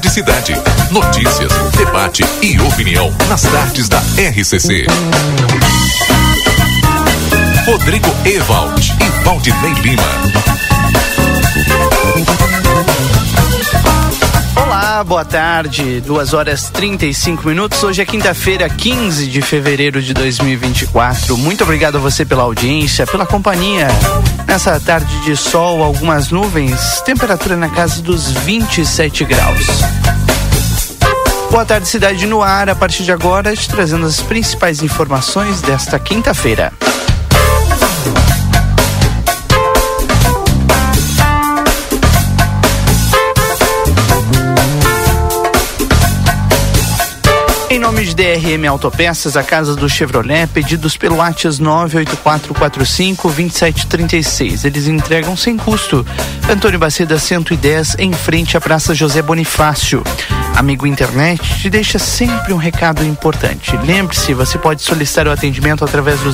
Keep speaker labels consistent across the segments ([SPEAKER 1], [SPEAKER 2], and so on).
[SPEAKER 1] Cidade. Notícias, debate e opinião nas tardes da RCC. Rodrigo Ewald e Valdinei Lima.
[SPEAKER 2] Olá, boa tarde, 2h35. Hoje é quinta-feira, 15 de fevereiro de 2024. Muito obrigado a você pela audiência, pela companhia. Nessa tarde de sol, algumas nuvens, temperatura na casa dos 27 graus. Boa tarde, Cidade no Ar. A partir de agora, te trazendo as principais informações desta quinta-feira. Em nome de DRM Autopeças, a casa do Chevrolet, pedidos pelo WhatsApp 98445-2736. Eles entregam sem custo. Antônio Baceda 110, em frente à Praça José Bonifácio. Amigo Internet te deixa sempre um recado importante. Lembre-se, você pode solicitar o atendimento através do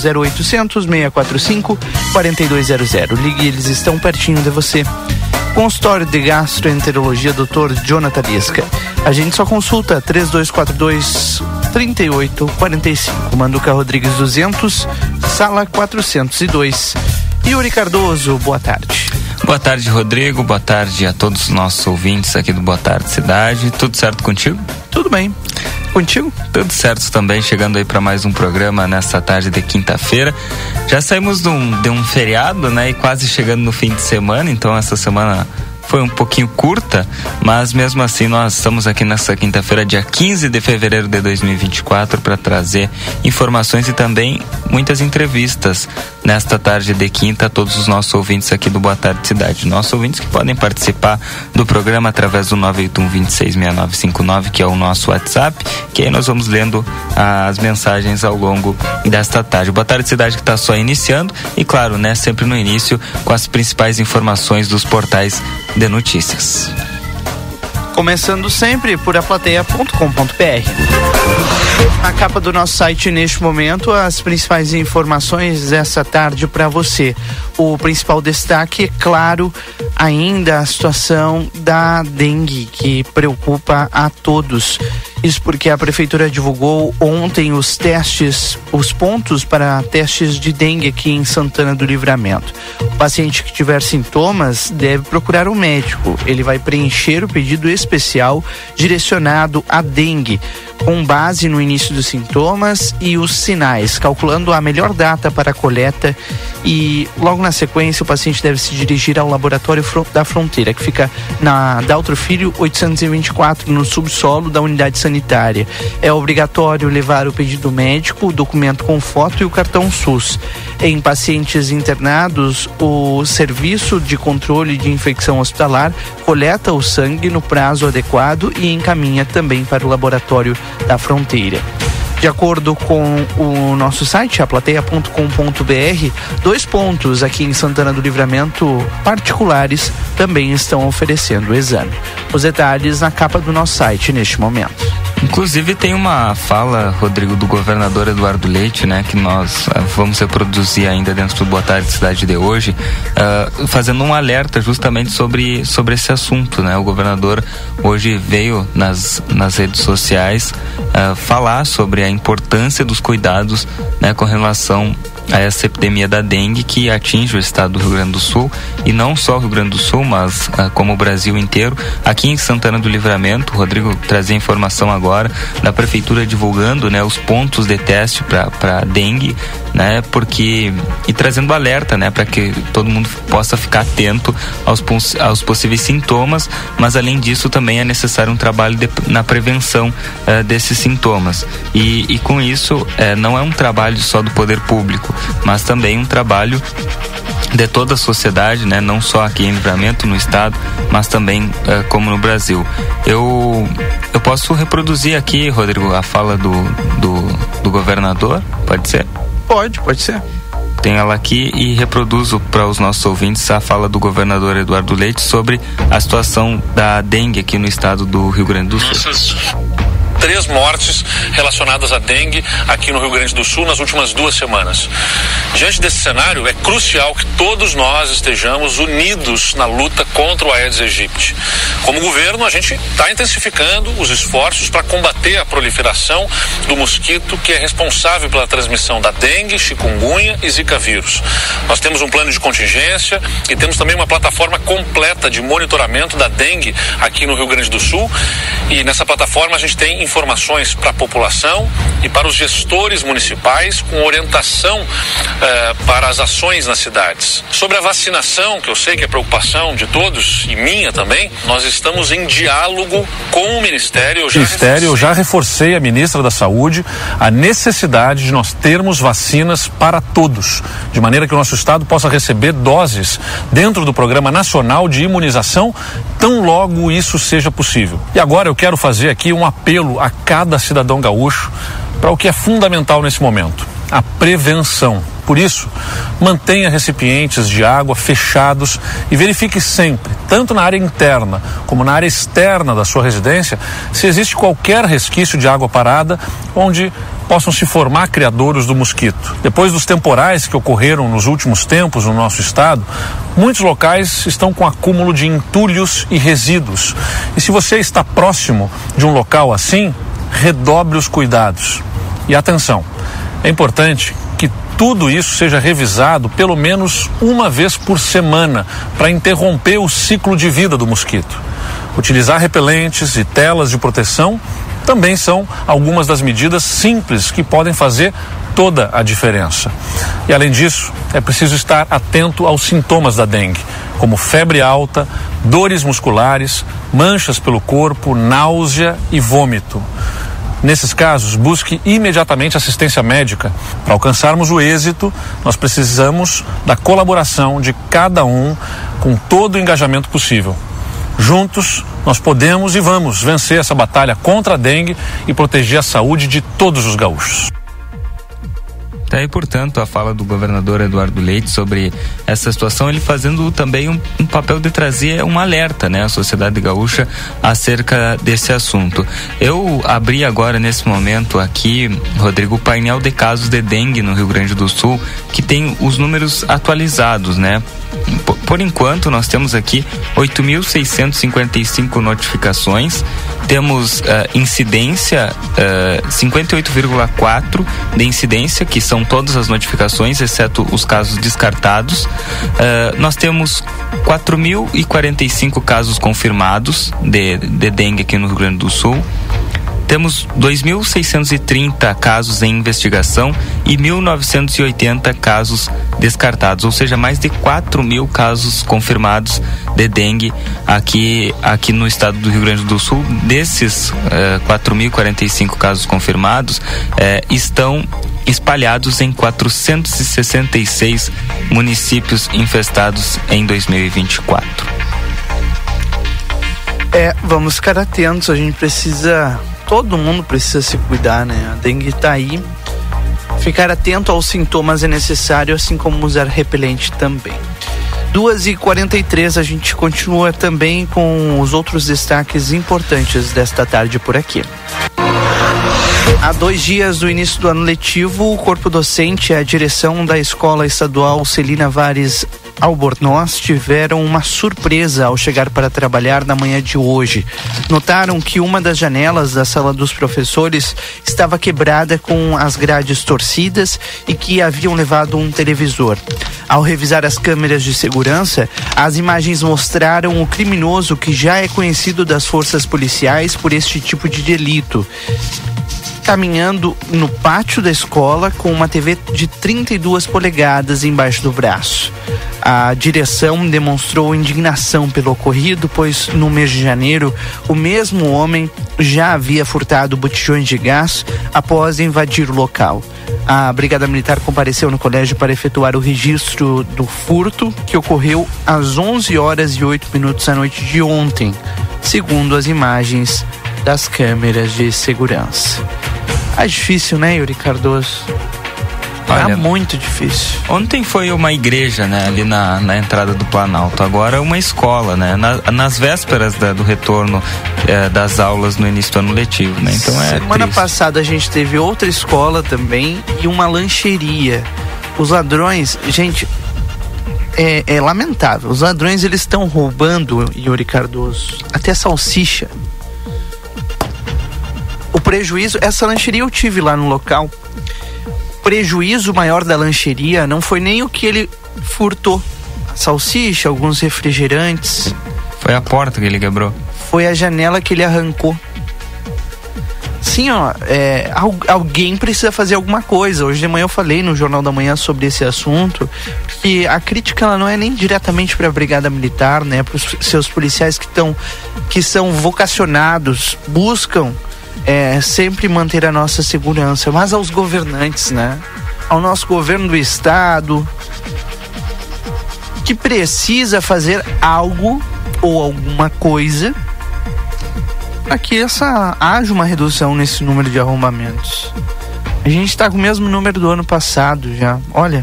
[SPEAKER 2] 0800-645-4200. Ligue, eles estão pertinho de você. Consultório de Gastroenterologia Dr. Jonathan Lisca. A gente só consulta 3242-3845. Manduca Rodrigues 200, sala 402. Yuri Cardoso, boa tarde.
[SPEAKER 3] Boa tarde, Rodrigo. Boa tarde a todos os nossos ouvintes aqui do Boa Tarde Cidade. Tudo certo contigo?
[SPEAKER 2] Tudo bem. Contigo?
[SPEAKER 3] Tudo certo também, chegando aí para mais um programa nessa tarde de quinta-feira. Já saímos de um feriado, né? E quase chegando no fim de semana, então essa semana foi um pouquinho curta, mas mesmo assim nós estamos aqui nessa quinta-feira, dia 15 de fevereiro de 2024, para trazer informações e também muitas entrevistas nesta tarde de quinta a todos os nossos ouvintes aqui do Boa Tarde Cidade. Nossos ouvintes que podem participar do programa através do 981-266959, que é o nosso WhatsApp, que aí nós vamos lendo as mensagens ao longo desta tarde. Boa Tarde Cidade que está só iniciando e claro, né, sempre no início com as principais informações dos portais de notícias.
[SPEAKER 2] Começando sempre por aplateia.com.br. Na capa do nosso site neste momento, as principais informações dessa tarde para você. O principal destaque é, claro, ainda a situação da dengue, que preocupa a todos. Isso porque a prefeitura divulgou ontem os pontos para testes de dengue aqui em Santana do Livramento. O paciente que tiver sintomas deve procurar um médico. Ele vai preencher o pedido especial direcionado à dengue, com base no início dos sintomas e os sinais, calculando a melhor data para a coleta, e logo na sequência o paciente deve se dirigir ao laboratório da Fronteira, que fica na Daltro Filho 824, no subsolo da unidade sanitária. É obrigatório levar o pedido médico, o documento com foto e o cartão SUS. Em pacientes internados, o Serviço de Controle de Infecção Hospitalar coleta o sangue no prazo adequado e encaminha também para o laboratório da Fronteira. De acordo com o nosso site, aplateia.com.br, 2 pontos aqui em Santana do Livramento particulares também estão oferecendo o exame. Os detalhes na capa do nosso site neste momento.
[SPEAKER 3] Inclusive tem uma fala, Rodrigo, do governador Eduardo Leite, né, que nós vamos reproduzir ainda dentro do Boa Tarde Cidade de hoje, fazendo um alerta justamente sobre esse assunto, né? O governador hoje veio nas redes sociais falar sobre a importância dos cuidados, né, com relação a essa epidemia da dengue que atinge o estado do Rio Grande do Sul, e não só o Rio Grande do Sul, mas como o Brasil inteiro. Aqui em Santana do Livramento, o Rodrigo trazia informação agora da prefeitura divulgando, né, os pontos de teste para dengue, né, porque e trazendo alerta, né, para que todo mundo possa ficar atento aos possíveis sintomas, mas além disso também é necessário um trabalho na prevenção desses sintomas, e com isso não é um trabalho só do poder público, mas também um trabalho de toda a sociedade, né? Não só aqui em Livramento, no estado, mas também como no Brasil. Eu posso reproduzir aqui, Rodrigo, a fala do governador? Pode ser?
[SPEAKER 2] Pode ser.
[SPEAKER 3] Tenho ela aqui e reproduzo para os nossos ouvintes a fala do governador Eduardo Leite sobre a situação da dengue aqui no estado do Rio Grande do Sul.
[SPEAKER 4] 3 mortes relacionadas à dengue aqui no Rio Grande do Sul nas últimas 2 semanas. Diante desse cenário, é crucial que todos nós estejamos unidos na luta contra o Aedes aegypti. Como governo, a gente está intensificando os esforços para combater a proliferação do mosquito que é responsável pela transmissão da dengue, chikungunya e zika vírus. Nós temos um plano de contingência e temos também uma plataforma completa de monitoramento da dengue aqui no Rio Grande do Sul, e nessa plataforma a gente tem informações para a população e para os gestores municipais com orientação para as ações nas cidades. Sobre a vacinação, que eu sei que é preocupação de todos e minha também, nós estamos em diálogo com o Ministério. Eu
[SPEAKER 5] já reforcei a ministra da Saúde a necessidade de nós termos vacinas para todos, de maneira que o nosso estado possa receber doses dentro do Programa Nacional de Imunização, tão logo isso seja possível. E agora eu quero fazer aqui um apelo a cada cidadão gaúcho para o que é fundamental nesse momento: a prevenção. Por isso, mantenha recipientes de água fechados e verifique sempre, tanto na área interna como na área externa da sua residência, se existe qualquer resquício de água parada onde possam se formar criadouros do mosquito. Depois dos temporais que ocorreram nos últimos tempos no nosso estado, muitos locais estão com acúmulo de entulhos e resíduos. E se você está próximo de um local assim, redobre os cuidados. E atenção, é importante que tudo isso seja revisado pelo menos uma vez por semana para interromper o ciclo de vida do mosquito. Utilizar repelentes e telas de proteção também são algumas das medidas simples que podem fazer toda a diferença. E além disso, é preciso estar atento aos sintomas da dengue, como febre alta, dores musculares, manchas pelo corpo, náusea e vômito. Nesses casos, busque imediatamente assistência médica. Para alcançarmos o êxito, nós precisamos da colaboração de cada um com todo o engajamento possível. Juntos, nós podemos e vamos vencer essa batalha contra a dengue e proteger a saúde de todos os gaúchos.
[SPEAKER 3] Tá aí, portanto, a fala do governador Eduardo Leite sobre essa situação, ele fazendo também um papel de trazer um alerta, né, à sociedade gaúcha acerca desse assunto. Eu abri agora, nesse momento aqui, Rodrigo, o painel de casos de dengue no Rio Grande do Sul, que tem os números atualizados, né? Por enquanto, nós temos aqui 8.655 notificações, temos incidência, 58,4 de incidência, que são todas as notificações, exceto os casos descartados. Nós temos 4.045 casos confirmados de dengue aqui no Rio Grande do Sul. Temos 2.630 casos em investigação e 1.980 casos descartados, ou seja, mais de 4.000 casos confirmados de dengue aqui no estado do Rio Grande do Sul. Desses 4.045 casos confirmados, estão espalhados em 466 municípios infestados em 2024.
[SPEAKER 2] Vamos ficar atentos, a gente precisa... Todo mundo precisa se cuidar, né? A dengue tá aí. Ficar atento aos sintomas é necessário, assim como usar repelente também. 2h43, a gente continua também com os outros destaques importantes desta tarde por aqui. Há 2 dias do início do ano letivo, o corpo docente e a direção da Escola Estadual Celina Vares Albornoz tiveram uma surpresa ao chegar para trabalhar na manhã de hoje. Notaram que uma das janelas da sala dos professores estava quebrada com as grades torcidas e que haviam levado um televisor. Ao revisar as câmeras de segurança, as imagens mostraram o criminoso que já é conhecido das forças policiais por este tipo de delito, caminhando no pátio da escola com uma TV de 32 polegadas embaixo do braço. A direção demonstrou indignação pelo ocorrido, pois no mês de janeiro o mesmo homem já havia furtado botijões de gás após invadir o local. A Brigada Militar compareceu no colégio para efetuar o registro do furto, que ocorreu às 11h08 da noite de ontem, segundo as imagens das câmeras de segurança. É difícil, né, Yuri Cardoso? Tá muito difícil.
[SPEAKER 3] Ontem foi uma igreja, né, ali na entrada do Planalto. Agora uma escola, né, nas vésperas do retorno das aulas no início do ano letivo, né? Então
[SPEAKER 2] Semana passada a gente teve outra escola também e uma lancheria. Os ladrões, gente, é lamentável. Os ladrões, eles estão roubando, Yuri Cardoso, até salsicha. O prejuízo, essa lancheria eu tive lá no local. O prejuízo maior da lancheria não foi nem o que ele furtou. A salsicha, alguns refrigerantes.
[SPEAKER 3] Foi a porta que ele quebrou.
[SPEAKER 2] Foi a janela que ele arrancou. Sim, ó, alguém precisa fazer alguma coisa. Hoje de manhã eu falei no Jornal da Manhã sobre esse assunto, que a crítica ela não é nem diretamente para a Brigada Militar, né, para os seus policiais que são vocacionados, buscam sempre manter a nossa segurança, mas aos governantes, né, ao nosso governo do estado, que precisa fazer algo ou alguma coisa para que haja uma redução nesse número de arrombamentos. A gente está com o mesmo número do ano passado já. Olha,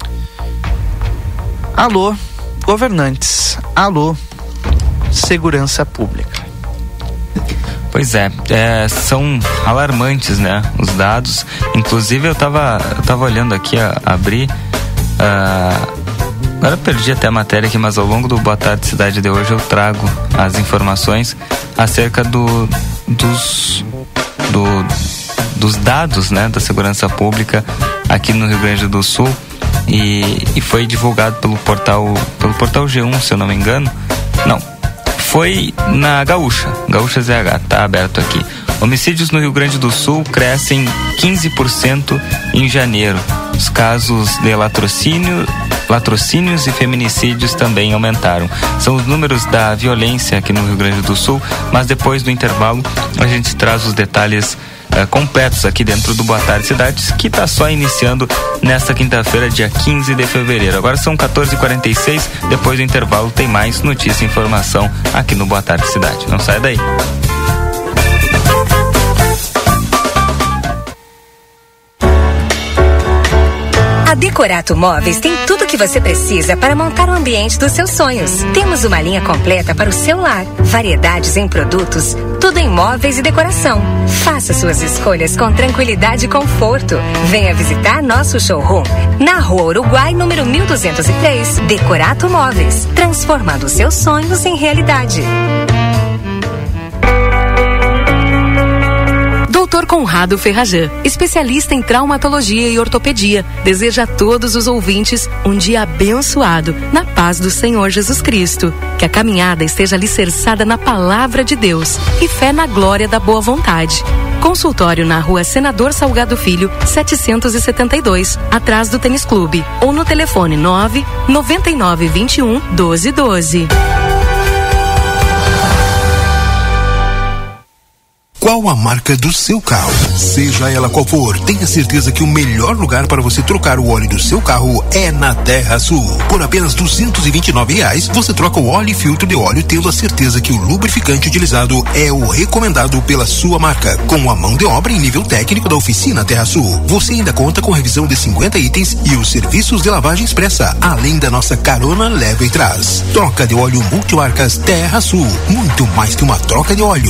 [SPEAKER 2] alô, governantes, alô, segurança pública.
[SPEAKER 3] Pois são alarmantes, né, os dados. Inclusive eu tava olhando aqui, abri, agora perdi até a matéria aqui, mas ao longo do Boa Tarde Cidade de hoje eu trago as informações acerca dos dados, né, da segurança pública aqui no Rio Grande do Sul, e foi divulgado pelo portal G1, se eu não me engano. Não, foi na Gaúcha ZH, tá aberto aqui. Homicídios no Rio Grande do Sul crescem 15% em janeiro. Os casos de latrocínios e feminicídios também aumentaram. São os números da violência aqui no Rio Grande do Sul, mas depois do intervalo a gente traz os detalhes completos aqui dentro do Boa Tarde Cidades, que está só iniciando nesta quinta-feira, dia 15 de fevereiro. Agora são 14h46, depois do intervalo tem mais notícia e informação aqui no Boa Tarde Cidade. Não sai daí.
[SPEAKER 6] A Decorato Móveis tem tudo o que você precisa para montar o ambiente dos seus sonhos. Temos uma linha completa para o seu lar, variedades em produtos, tudo em móveis e decoração. Faça suas escolhas com tranquilidade e conforto. Venha visitar nosso showroom na Rua Uruguai, número 1203. Decorato Móveis, transformando seus sonhos em realidade.
[SPEAKER 7] Dr. Conrado Ferrajan, especialista em traumatologia e ortopedia, deseja a todos os ouvintes um dia abençoado, na paz do Senhor Jesus Cristo. Que a caminhada esteja alicerçada na palavra de Deus e fé na glória da boa vontade. Consultório na Rua Senador Salgado Filho, 772, atrás do Tênis Clube, ou no telefone 99921-1212.
[SPEAKER 8] Qual a marca do seu carro? Seja ela qual for, tenha certeza que o melhor lugar para você trocar o óleo do seu carro é na Terra Sul. Por apenas R$229, você troca o óleo e filtro de óleo, tendo a certeza que o lubrificante utilizado é o recomendado pela sua marca. Com a mão de obra em nível técnico da oficina Terra Sul, você ainda conta com revisão de 50 itens e os serviços de lavagem expressa, além da nossa carona leva e traz. Troca de óleo multimarcas Terra Sul, muito mais que uma troca de óleo.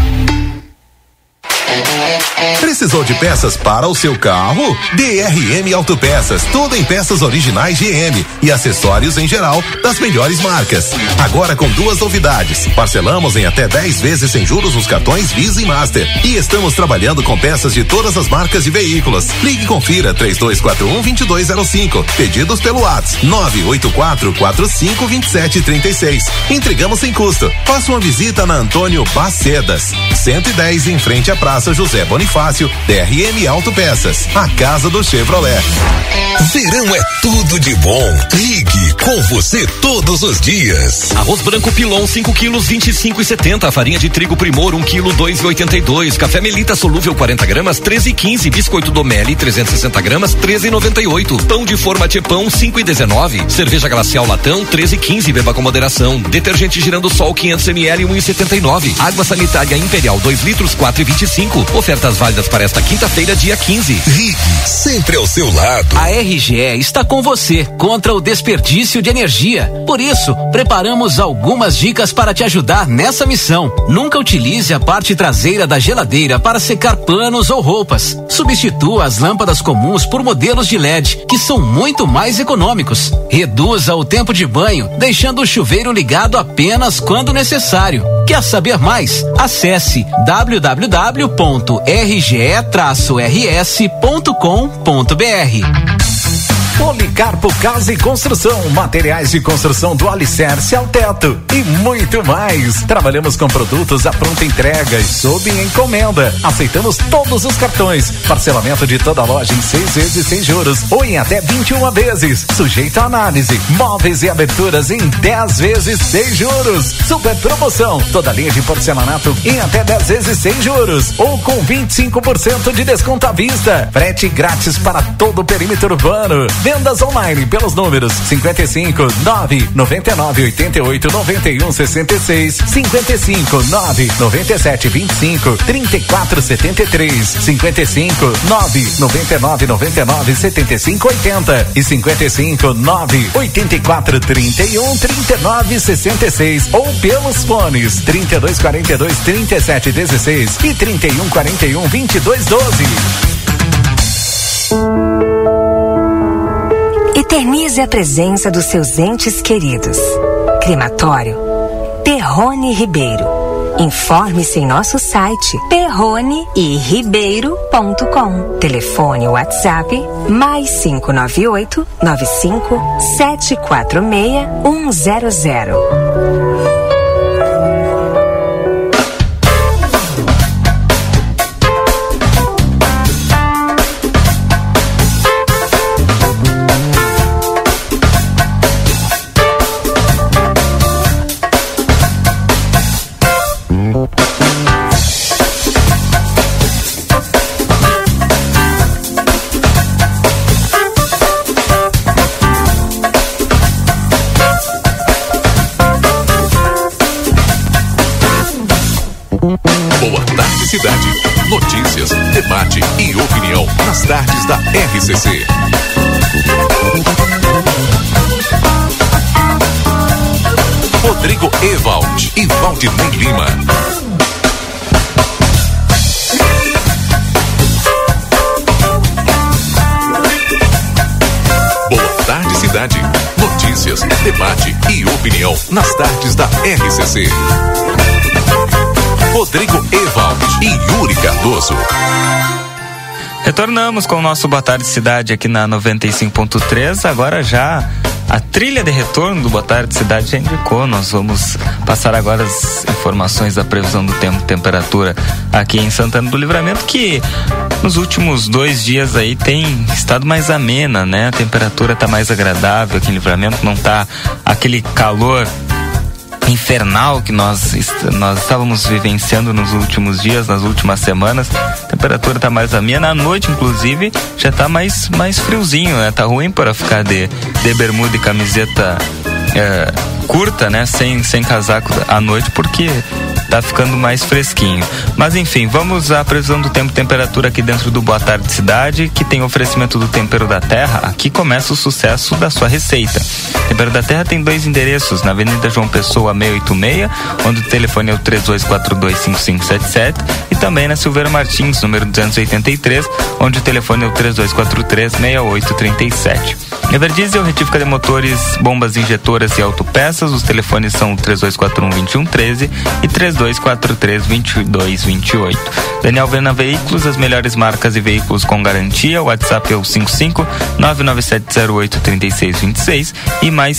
[SPEAKER 9] Precisou de peças para o seu carro? DRM Autopeças, tudo em peças originais GM e acessórios em geral das melhores marcas. Agora com duas novidades: parcelamos em até 10 vezes sem juros nos cartões Visa e Master, e estamos trabalhando com peças de todas as marcas de veículos. Ligue e confira 3241-2205. Pedidos pelo WhatsApp 984452736. Entregamos sem custo. Faça uma visita na Antônio Bacedas, 110, em frente à Praça José Bonifácio. DRM Autopeças, a casa do Chevrolet.
[SPEAKER 10] Verão é tudo de bom. Ligue, com você todos os dias.
[SPEAKER 11] Arroz branco Pilon 5 quilos 25,70. Farinha de trigo Primor 1 quilo 2,82. Café Melita solúvel 40 gramas 13,15. Biscoito Domelli 360 gramas 13,98. Pão de forma Tchepão 5,19. Cerveja Glacial Latão 13,15. Beba com moderação. Detergente Girando Sol 500 ml 1,79. Água sanitária Imperial 2 litros 4,25. Ofertas válidas para esta quinta-feira, dia 15.
[SPEAKER 10] RIG, sempre ao seu lado.
[SPEAKER 12] A RGE está com você contra o desperdício de energia. Por isso, preparamos algumas dicas para te ajudar nessa missão. Nunca utilize a parte traseira da geladeira para secar panos ou roupas. Substitua as lâmpadas comuns por modelos de LED, que são muito mais econômicos. Reduza o tempo de banho, deixando o chuveiro ligado apenas quando necessário. Quer saber mais? Acesse www.rge-rs.com.br.
[SPEAKER 13] Policarpo Casa e Construção, materiais de construção do alicerce ao teto e muito mais. Trabalhamos com produtos à pronta entrega e sob encomenda. Aceitamos todos os cartões. Parcelamento de toda a loja em 6 vezes sem juros ou em até 21 vezes. Sujeito a análise. Móveis e aberturas em 10 vezes sem juros. Super promoção. Toda linha de porcelanato em até 10 vezes sem juros ou com 25% de desconto à vista. Frete grátis para todo o perímetro urbano. Vendas online pelos números 55 9 99 88 91 66, 55 9 97 25 34 73, 55 9 99 99 75 80 e 55 9 84 31 39 66 ou pelos fones 32 42 37 16 e 31 41 22 12.
[SPEAKER 6] Eternize a presença dos seus entes queridos. Crematório Perrone Ribeiro. Informe-se em nosso site perroneiribeiro.com. Telefone WhatsApp +598 95 746 100.
[SPEAKER 1] Boa tarde, cidade. Notícias, debate e opinião nas tardes da RCC. Rodrigo Ewald e Valdinei Lima. Boa tarde, cidade. Notícias, debate e opinião nas tardes da RCC. Rodrigo Ewald e Yuri Cardoso.
[SPEAKER 3] Retornamos com o nosso Boa Tarde Cidade aqui na 95.3. Agora já a trilha de retorno do Boa Tarde Cidade já indicou. Nós vamos passar agora as informações da previsão do tempo e temperatura aqui em Santana do Livramento, que nos últimos 2 dias aí tem estado mais amena, né? A temperatura está mais agradável aqui em Livramento, não está aquele calor infernal que nós estávamos vivenciando nos últimos dias, nas últimas semanas. A temperatura está mais amena, à noite inclusive já está mais friozinho, né? Tá ruim para ficar de bermuda e camiseta curta, né? Sem casaco à noite, porque tá ficando mais fresquinho. Mas enfim, vamos à previsão do tempo e temperatura aqui dentro do Boa Tarde Cidade, que tem oferecimento do Tempero da Terra. Aqui começa o sucesso da sua receita. Tempero da Terra tem 2 endereços, na Avenida João Pessoa 686, onde o telefone é o 32425577, e também na Silveira Martins, número 283, onde o telefone é o 32436837. Everdiesel, retífica de motores, bombas injetoras e autopeças. Os telefones são 3241-2113 e 3243-2228. Daniel Vena Veículos, as melhores marcas e veículos com garantia. O WhatsApp é o 55-99708-3626 e mais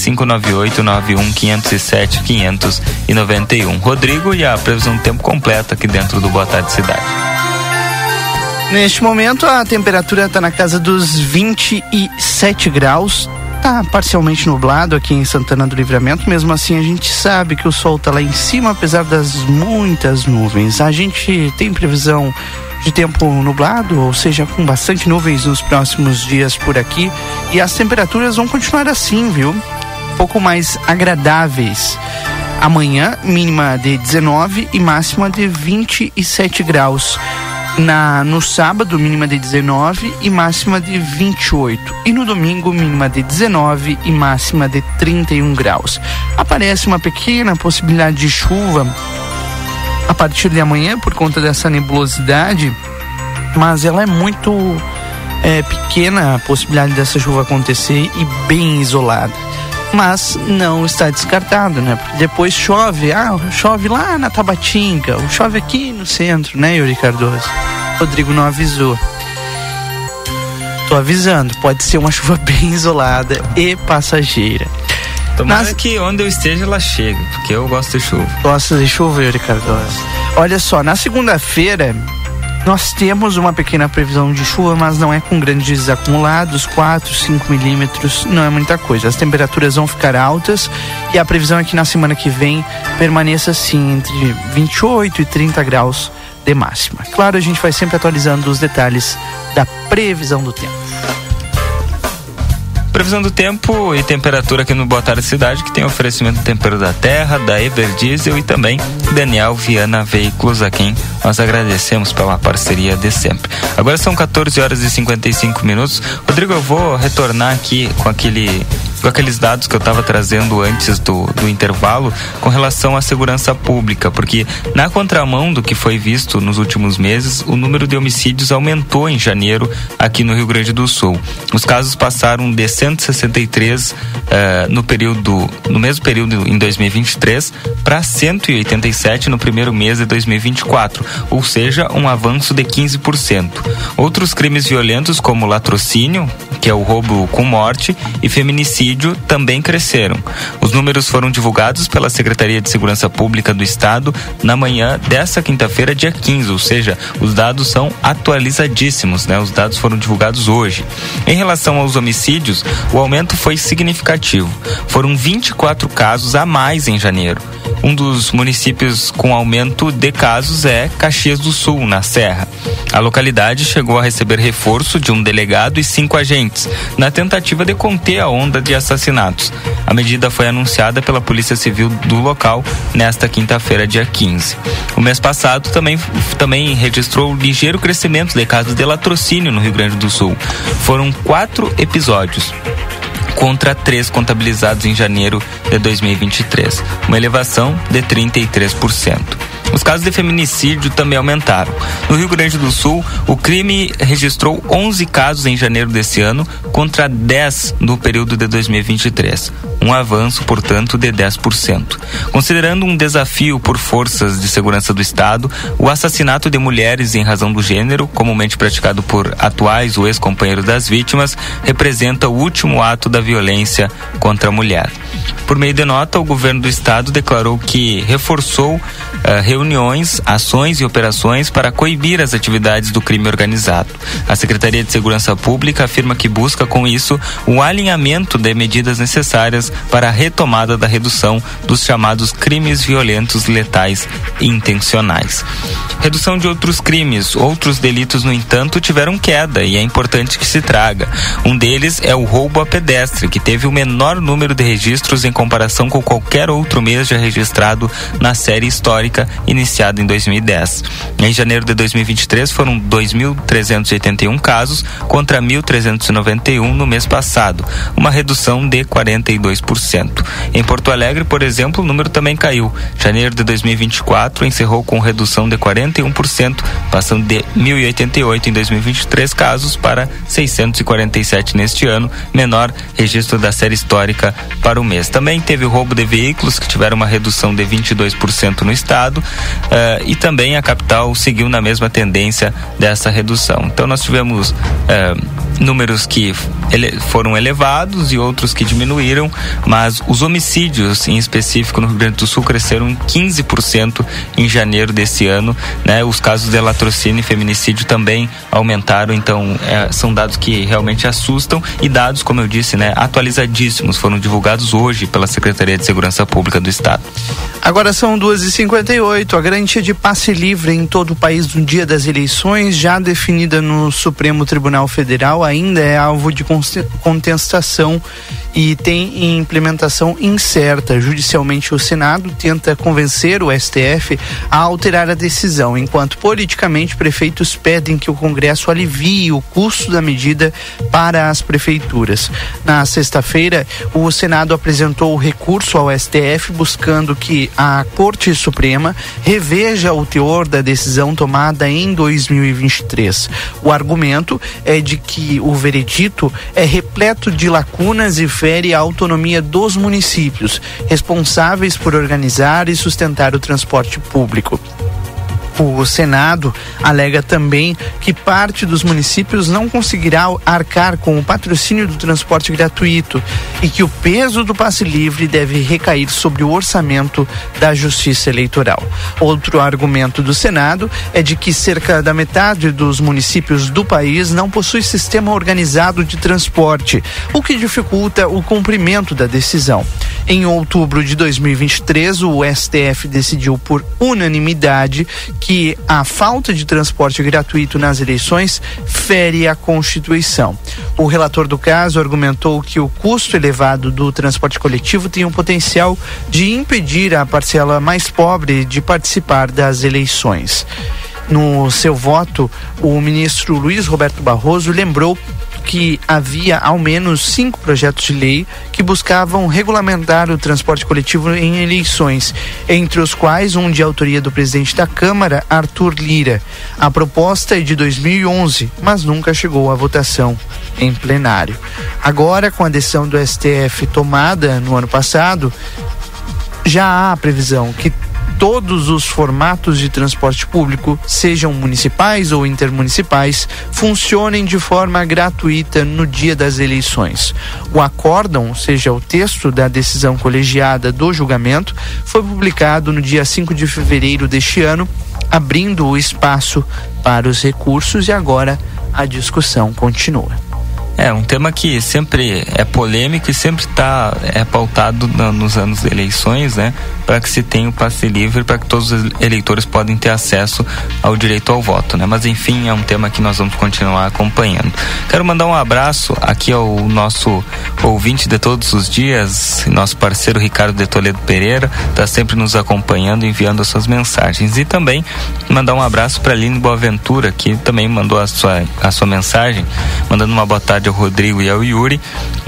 [SPEAKER 3] 598-91-507-591. Rodrigo, e a previsão do tempo completa aqui dentro do Boa Tarde Cidade.
[SPEAKER 2] Neste momento a temperatura está na casa dos 27 graus. Tá parcialmente nublado aqui em Santana do Livramento. Mesmo assim a gente sabe que o sol tá lá em cima, apesar das muitas nuvens. A gente tem previsão de tempo nublado, ou seja, com bastante nuvens nos próximos dias por aqui, e as temperaturas vão continuar assim, viu? Um pouco mais agradáveis. Amanhã, mínima de 19 e máxima de 27 graus. No sábado, mínima de 19 e máxima de 28. E no domingo, mínima de 19 e máxima de 31 graus. Aparece uma pequena possibilidade de chuva a partir de amanhã por conta dessa nebulosidade, mas ela é muito pequena a possibilidade dessa chuva acontecer e bem isolada. Mas não está descartado, né? Porque depois chove lá na Tabatinga, ou chove aqui no centro, né, Yuri Cardoso? Rodrigo não avisou. Tô avisando, pode ser uma chuva bem isolada e passageira.
[SPEAKER 3] Tomara que onde eu esteja ela chegue, porque eu gosto de chuva.
[SPEAKER 2] Gosta de chuva, Yuri Cardoso? Olha só, na segunda-feira nós temos uma pequena previsão de chuva, mas não é com grandes acumulados, 4, 5 milímetros, não é muita coisa. As temperaturas vão ficar altas e a previsão é que na semana que vem permaneça assim entre 28 e 30 graus de máxima. Claro, a gente vai sempre atualizando os detalhes da previsão do tempo.
[SPEAKER 3] Previsão do tempo e temperatura aqui no Boa Tarde Cidade, que tem oferecimento do Tempero da Terra, da Everdiesel e também Daniel Viana Veículos, a quem nós agradecemos pela parceria de sempre. Agora são 14 horas e 55 minutos. Rodrigo, eu vou retornar aqui com aqueles dados que eu estava trazendo antes do intervalo com relação à segurança pública, porque na contramão do que foi visto nos últimos meses, o número de homicídios aumentou em janeiro aqui no Rio Grande do Sul. Os casos passaram de 163 no mesmo período em 2023 para 187 no primeiro mês de 2024, ou seja, um avanço de 15%. Outros crimes violentos como latrocínio, que é o roubo com morte, e feminicídio também cresceram. Os números foram divulgados pela Secretaria de Segurança Pública do Estado na manhã dessa quinta-feira, dia 15, ou seja, os dados são atualizadíssimos, né? Os dados foram divulgados hoje. Em relação aos homicídios, o aumento foi significativo. Foram 24 casos a mais em janeiro. Um dos municípios com aumento de casos é Caxias do Sul, na Serra. A localidade chegou a receber reforço de um delegado e 5 agentes, na tentativa de conter a onda de assassinatos. A medida foi anunciada pela Polícia Civil do local nesta quinta-feira, dia 15. O mês passado também registrou ligeiro crescimento de casos de latrocínio no Rio Grande do Sul. Foram 4 episódios, contra 3 contabilizados em janeiro de 2023, uma elevação de 33%. Os casos de feminicídio também aumentaram. No Rio Grande do Sul, o crime registrou 11 casos em janeiro desse ano, contra 10 no período de 2023. Um avanço, portanto, de 10%. Considerando um desafio por forças de segurança do Estado, o assassinato de mulheres em razão do gênero, comumente praticado por atuais ou ex-companheiros das vítimas, representa o último ato da violência contra a mulher. Por meio de nota, o governo do Estado declarou que reforçou reuniões, ações e operações para coibir as atividades do crime organizado. A Secretaria de Segurança Pública afirma que busca, com isso, o alinhamento de medidas necessárias para a retomada da redução dos chamados crimes violentos, letais e intencionais. Redução de outros crimes. Outros delitos, no entanto, tiveram queda e é importante que se traga. Um deles é o roubo a pedestre, que teve o menor número de registros em comparação com qualquer outro mês já registrado na série histórica iniciada em 2010. Em janeiro de 2023 foram 2.381 casos contra 1.391 no mês passado, uma redução de 42%. Em Porto Alegre, por exemplo, o número também caiu. Janeiro de 2024 encerrou com redução de 41%, passando de 1.088 em 2023 casos para 647 neste ano, menor registro da série histórica para o mês. Também teve o roubo de veículos, que tiveram uma redução de 22% no estado, e também a capital seguiu na mesma tendência dessa redução. Então nós tivemos números que foram elevados e outros que diminuíram, mas os homicídios em específico no Rio Grande do Sul cresceram em 15% em janeiro desse ano, né? Os casos de latrocínio e feminicídio também aumentaram, então são dados que realmente assustam e dados, como eu disse, né, atualizadíssimos, foram divulgados hoje pela Secretaria de Segurança Pública do Estado.
[SPEAKER 2] Agora são 2h58, a garantia de passe livre em todo o país no dia das eleições, já definida no Supremo Tribunal Federal, ainda é alvo de contestação e tem implementação incerta. Judicialmente, o Senado tenta convencer o STF a alterar a decisão, enquanto politicamente prefeitos pedem que o Congresso alivie o custo da medida para as prefeituras. Na sexta-feira, o Senado apresentou o recurso ao STF buscando que a Corte Suprema reveja o teor da decisão tomada em 2023. O argumento é de que o veredito é repleto de lacunas e fere a autonomia dos municípios, responsáveis por organizar e sustentar o transporte público. O Senado alega também que parte dos municípios não conseguirá arcar com o patrocínio do transporte gratuito e que o peso do passe livre deve recair sobre o orçamento da Justiça Eleitoral. Outro argumento do Senado é de que cerca da metade dos municípios do país não possui sistema organizado de transporte, o que dificulta o cumprimento da decisão. Em outubro de 2023, o STF decidiu por unanimidade que a falta de transporte gratuito nas eleições fere a Constituição. O relator do caso argumentou que o custo elevado do transporte coletivo tem o potencial de impedir a parcela mais pobre de participar das eleições. No seu voto, o ministro Luiz Roberto Barroso lembrou que havia ao menos 5 projetos de lei que buscavam regulamentar o transporte coletivo em eleições, entre os quais um de autoria do presidente da Câmara, Arthur Lira. A proposta é de 2011, mas nunca chegou à votação em plenário. Agora, com a decisão do STF tomada no ano passado, já há a previsão que todos os formatos de transporte público, sejam municipais ou intermunicipais, funcionem de forma gratuita no dia das eleições. O acórdão, ou seja, o texto da decisão colegiada do julgamento, foi publicado no dia 5 de fevereiro deste ano, abrindo o espaço para os recursos, e agora a discussão continua.
[SPEAKER 3] É um tema que sempre é polêmico e sempre está pautado nos anos de eleições, né? Para que se tenha o passe livre, para que todos os eleitores podem ter acesso ao direito ao voto, né? Mas enfim, é um tema que nós vamos continuar acompanhando. Quero mandar um abraço aqui ao nosso ouvinte de todos os dias, nosso parceiro Ricardo de Toledo Pereira, está sempre nos acompanhando, enviando as suas mensagens. E também mandar um abraço para a Aline Boaventura, que também mandou a sua mensagem, mandando uma boa tarde ao Rodrigo e ao Yuri,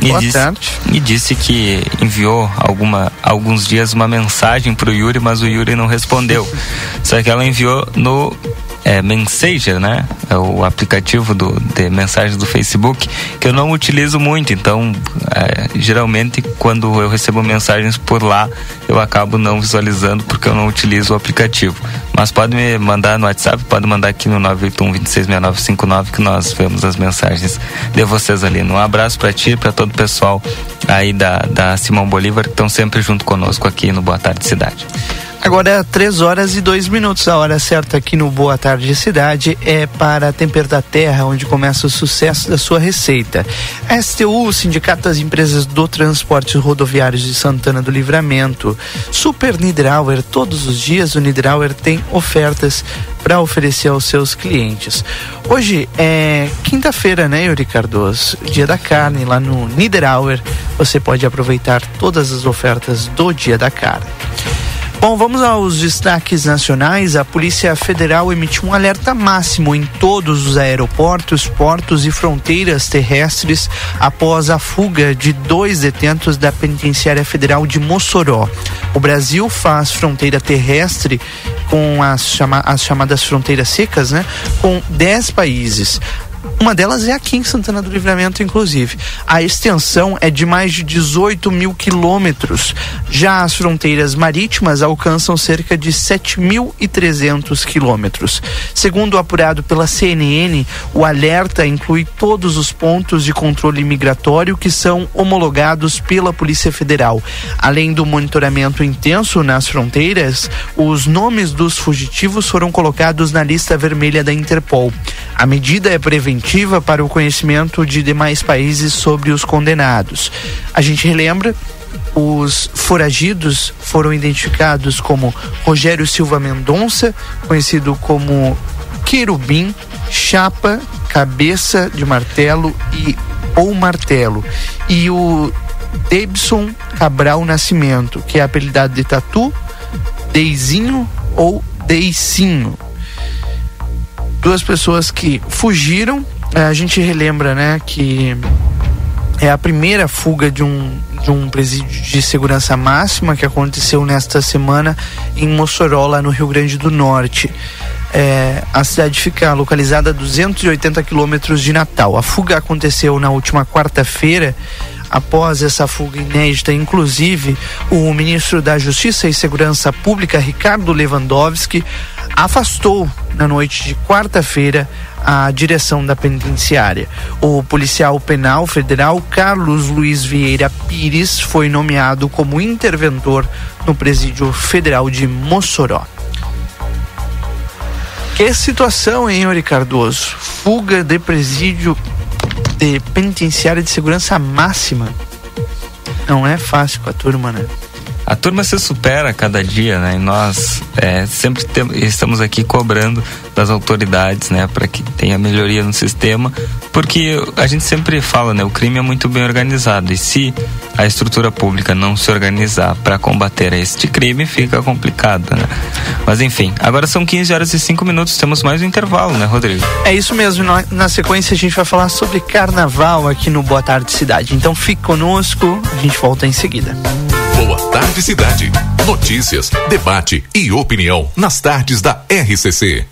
[SPEAKER 3] e disse que enviou alguns dias uma mensagem para o Yuri, mas o Yuri não respondeu. Só que ela enviou no Messenger, né? É o aplicativo de mensagens do Facebook, que eu não utilizo muito, então geralmente quando eu recebo mensagens por lá eu acabo não visualizando porque eu não utilizo o aplicativo. Mas pode me mandar no WhatsApp, pode mandar aqui no 981-266959 que nós vemos as mensagens de vocês ali. Um abraço para ti e para todo o pessoal aí da Simão Bolívar, que estão sempre junto conosco aqui no Boa Tarde Cidade.
[SPEAKER 2] Agora 3h02, a hora certa aqui no Boa Tarde Cidade é para a Temper da Terra, onde começa o sucesso da sua receita. A STU, o Sindicato das Empresas do Transporte Rodoviários de Santana do Livramento. Super Niederauer, todos os dias o Niederauer tem ofertas para oferecer aos seus clientes. Hoje é quinta-feira, né, Yuri Cardoso? Dia da carne, lá no Niederauer você pode aproveitar todas as ofertas do Dia da Carne. Bom, vamos aos destaques nacionais. A Polícia Federal emitiu um alerta máximo em todos os aeroportos, portos e fronteiras terrestres após a fuga de 2 detentos da Penitenciária Federal de Mossoró. O Brasil faz fronteira terrestre com as chamadas fronteiras secas, né? Com 10 países. Uma delas é aqui em Santana do Livramento, inclusive. A extensão é de mais de 18 mil quilômetros. Já as fronteiras marítimas alcançam cerca de 7.300 quilômetros. Segundo o apurado pela CNN, o alerta inclui todos os pontos de controle migratório que são homologados pela Polícia Federal. Além do monitoramento intenso nas fronteiras, os nomes dos fugitivos foram colocados na lista vermelha da Interpol. A medida é preventiva para o conhecimento de demais países sobre os condenados. A gente relembra, os foragidos foram identificados como Rogério Silva Mendonça, conhecido como Querubim, Chapa, Cabeça de Martelo ou Martelo. E o Davidson Cabral Nascimento, que é apelidado de Tatu, Deizinho ou Deicinho. 2 pessoas que fugiram. A gente relembra, né, que é a primeira fuga de um presídio de segurança máxima que aconteceu nesta semana em Mossoró, lá no Rio Grande do Norte. A cidade fica localizada a 280 quilômetros de Natal. A fuga aconteceu na última quarta-feira. Após essa fuga inédita, inclusive, o ministro da Justiça e Segurança Pública, Ricardo Lewandowski, afastou na noite de quarta-feira a direção da penitenciária. O policial penal federal Carlos Luiz Vieira Pires foi nomeado como interventor no presídio federal de Mossoró. Que situação, hein, Yuri Cardoso? Fuga de presídio de penitenciária de segurança máxima. Não é fácil com a turma, né?
[SPEAKER 3] A turma se supera a cada dia, né? E nós sempre estamos aqui cobrando das autoridades, né? Para que tenha melhoria no sistema, porque a gente sempre fala, né? O crime é muito bem organizado, e se a estrutura pública não se organizar para combater este crime, fica complicado, né? Mas enfim, agora são 15h05, temos mais um intervalo, né, Rodrigo?
[SPEAKER 2] É isso mesmo, na sequência a gente vai falar sobre carnaval aqui no Boa Tarde Cidade, então fique conosco, a gente volta em seguida.
[SPEAKER 1] Boa Tarde Cidade. Notícias, debate e opinião nas tardes da RCC.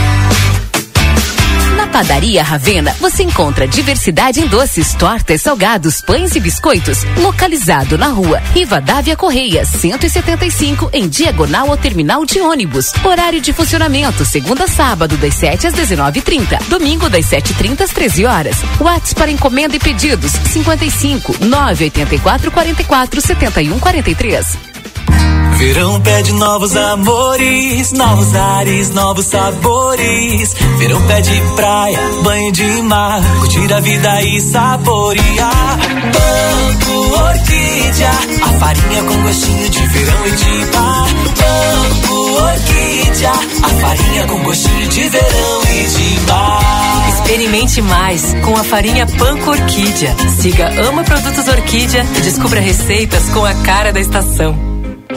[SPEAKER 14] Na Padaria Ravena você encontra diversidade em doces, tortas, salgados, pães e biscoitos. Localizado na rua Rivadavia Correia, 175, em diagonal ao terminal de ônibus. Horário de funcionamento: segunda a sábado, das 7 às 19h30. Domingo, das 7h30 às 13h. WhatsApp para encomenda e pedidos: 55 984 44 71 43.
[SPEAKER 15] Verão pede novos amores, novos ares, novos sabores. Verão pede praia, banho de mar, curtir a vida e saborear. Banco Orquídea, a farinha com gostinho de verão e de mar. Banco Orquídea, a farinha com gostinho de verão e de mar.
[SPEAKER 16] Experimente mais com a farinha Banco Orquídea. Siga Ama Produtos Orquídea e descubra receitas com a cara da estação.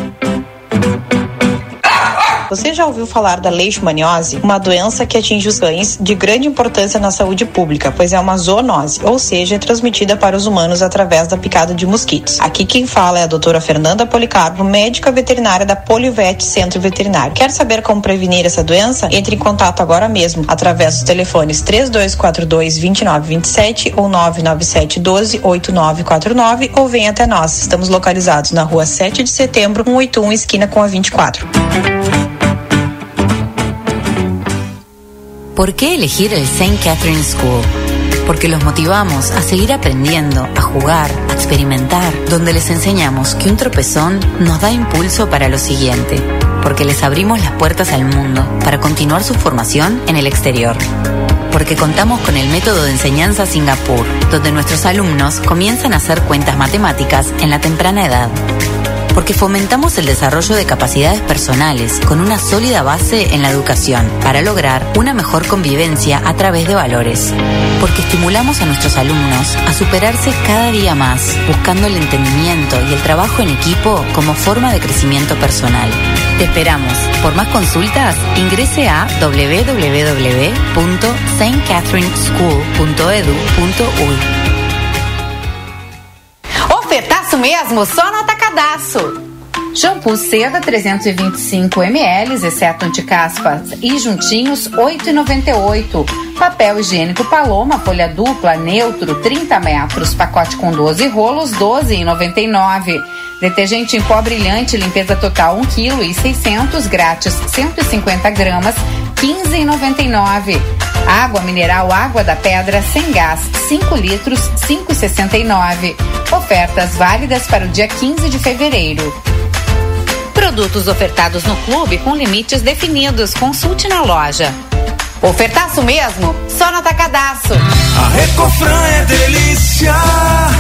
[SPEAKER 17] Você já ouviu falar da leishmaniose? Uma doença que atinge os cães, de grande importância na saúde pública, pois é uma zoonose, ou seja, é transmitida para os humanos através da picada de mosquitos. Aqui quem fala é a doutora Fernanda Policarpo, médica veterinária da Polivet Centro Veterinário. Quer saber como prevenir essa doença? Entre em contato agora mesmo, através dos telefones 3242-2927 ou 997-12-8949 ou venha até nós. Estamos localizados na rua 7 de setembro, 181, esquina com a 24.
[SPEAKER 18] ¿Por qué elegir el St. Catherine School? Porque los motivamos a seguir aprendiendo, a jugar, a experimentar, donde les enseñamos que un tropezón nos da impulso para lo siguiente, porque les abrimos las puertas al mundo para continuar su formación en el exterior. Porque contamos con el método de enseñanza Singapur, donde nuestros alumnos comienzan a hacer cuentas matemáticas en la temprana edad. Porque fomentamos el desarrollo de capacidades personales con una sólida base en la educación para lograr una mejor convivencia a través de valores. Porque estimulamos a nuestros alumnos a superarse cada día más, buscando el entendimiento y el trabajo en equipo como forma de crecimiento personal. Te esperamos. Por más consultas, ingrese a www.stcatherineschool.edu.uy.
[SPEAKER 19] Ofertaço mesmo, só no Atacadaço. Shampoo Seda 325 ml, exceto anticaspas e juntinhos, R$ 8,98. Papel higiênico Paloma, folha dupla, neutro, 30 metros, pacote com 12 rolos, R$ 12,99. Detergente em pó brilhante, limpeza total 1 kg e 600, grátis 150 gramas, R$ 15,99. Água mineral Água da Pedra sem gás, 5 litros, R$ 5,69. Ofertas válidas para o dia 15 de fevereiro. Produtos ofertados no clube com limites definidos. Consulte na loja. Ofertaço mesmo? Só no Atacadaço.
[SPEAKER 15] A Recofran é delícia.
[SPEAKER 7] Quinta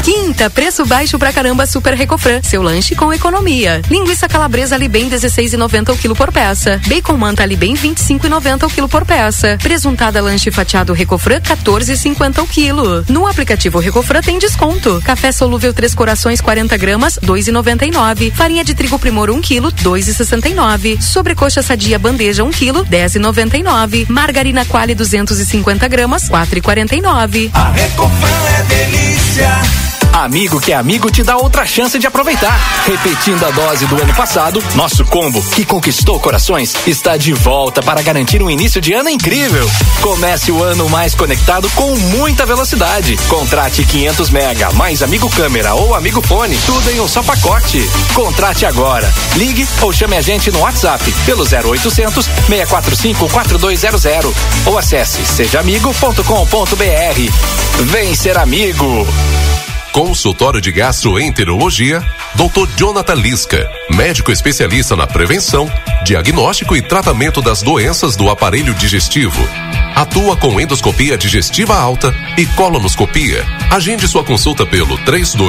[SPEAKER 7] Marca preço baixo pra caramba Super Recofran. Seu lanche com economia. Linguiça calabresa Libem 16,90 o quilo por peça. Bacon manta Libem 25,90 o quilo por peça. Presuntada lanche fatiado Recofran 14,50 o quilo. No aplicativo Recofran tem desconto. Café solúvel 3 corações 40 gramas 2,99. Farinha de trigo Primor 1 quilo 2,69. Sobrecoxa sadia bandeja 1 quilo 10,99. Margarina Qualy 250 gramas 4,49.
[SPEAKER 15] A Recofran é delícia.
[SPEAKER 12] Amigo que é amigo te dá outra chance de aproveitar. Repetindo a dose do ano passado, nosso combo, que conquistou corações, está de volta para garantir um início de ano incrível. Comece o ano mais conectado com muita velocidade. Contrate 500 mega, mais amigo câmera ou amigo fone, tudo em um só pacote. Contrate agora. Ligue ou chame a gente no WhatsApp pelo 0800 645 4200 ou acesse sejaamigo.com.br. Vem ser amigo.
[SPEAKER 1] Consultório de Gastroenterologia, Dr. Jonathan Lisca, médico especialista na prevenção, diagnóstico e tratamento das doenças do aparelho digestivo. Atua com endoscopia digestiva alta e colonoscopia. Agende sua consulta pelo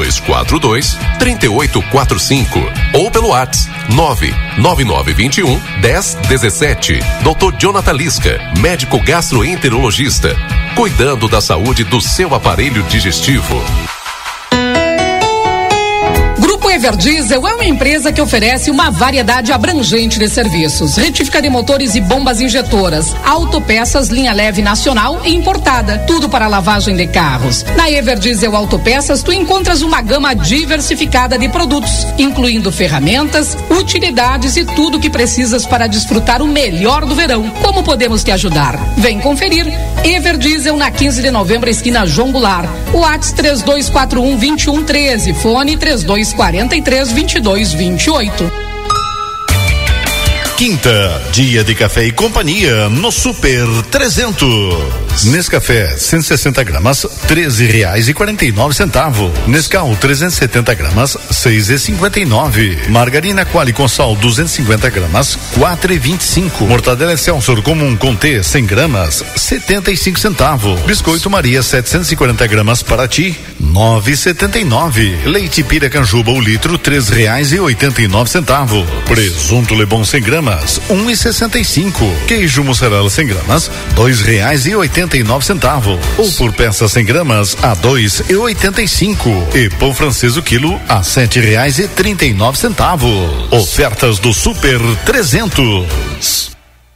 [SPEAKER 1] 3242-3845 ou pelo WhatsApp 99921-1017. Dr. Jonathan Lisca, médico gastroenterologista, cuidando da saúde do seu aparelho digestivo.
[SPEAKER 20] Everdiesel é uma empresa que oferece uma variedade abrangente de serviços: retífica de motores e bombas injetoras, autopeças linha leve nacional e importada, tudo para lavagem de carros. Na Everdiesel Autopeças tu encontras uma gama diversificada de produtos, incluindo ferramentas, utilidades e tudo que precisas para desfrutar o melhor do verão. Como podemos te ajudar? Vem conferir. Everdiesel na 15 de novembro, esquina João Goulart. WhatsApp 3241-2113, fone 3243-2228.
[SPEAKER 21] Quinta, dia de café e companhia no Super 300. Nescafé 160 gramas, R$13,49. Nescau 370 gramas, R$6,59. Margarina Qualy com sal 250 gramas, R$4,25. Mortadela Excelsior comum com T 100 gramas, 75 centavos. Biscoito Maria 740 gramas para ti, 9,79. Leite Pira Canjuba o litro, R$3,89. Presunto Lebon 100 gramas, 1,65. Queijo mussarela 100 gramas, R$2,89. Ou por peça 100 gramas a R$2,85. E pão francês o quilo a R$7,39. Ofertas do Super 300.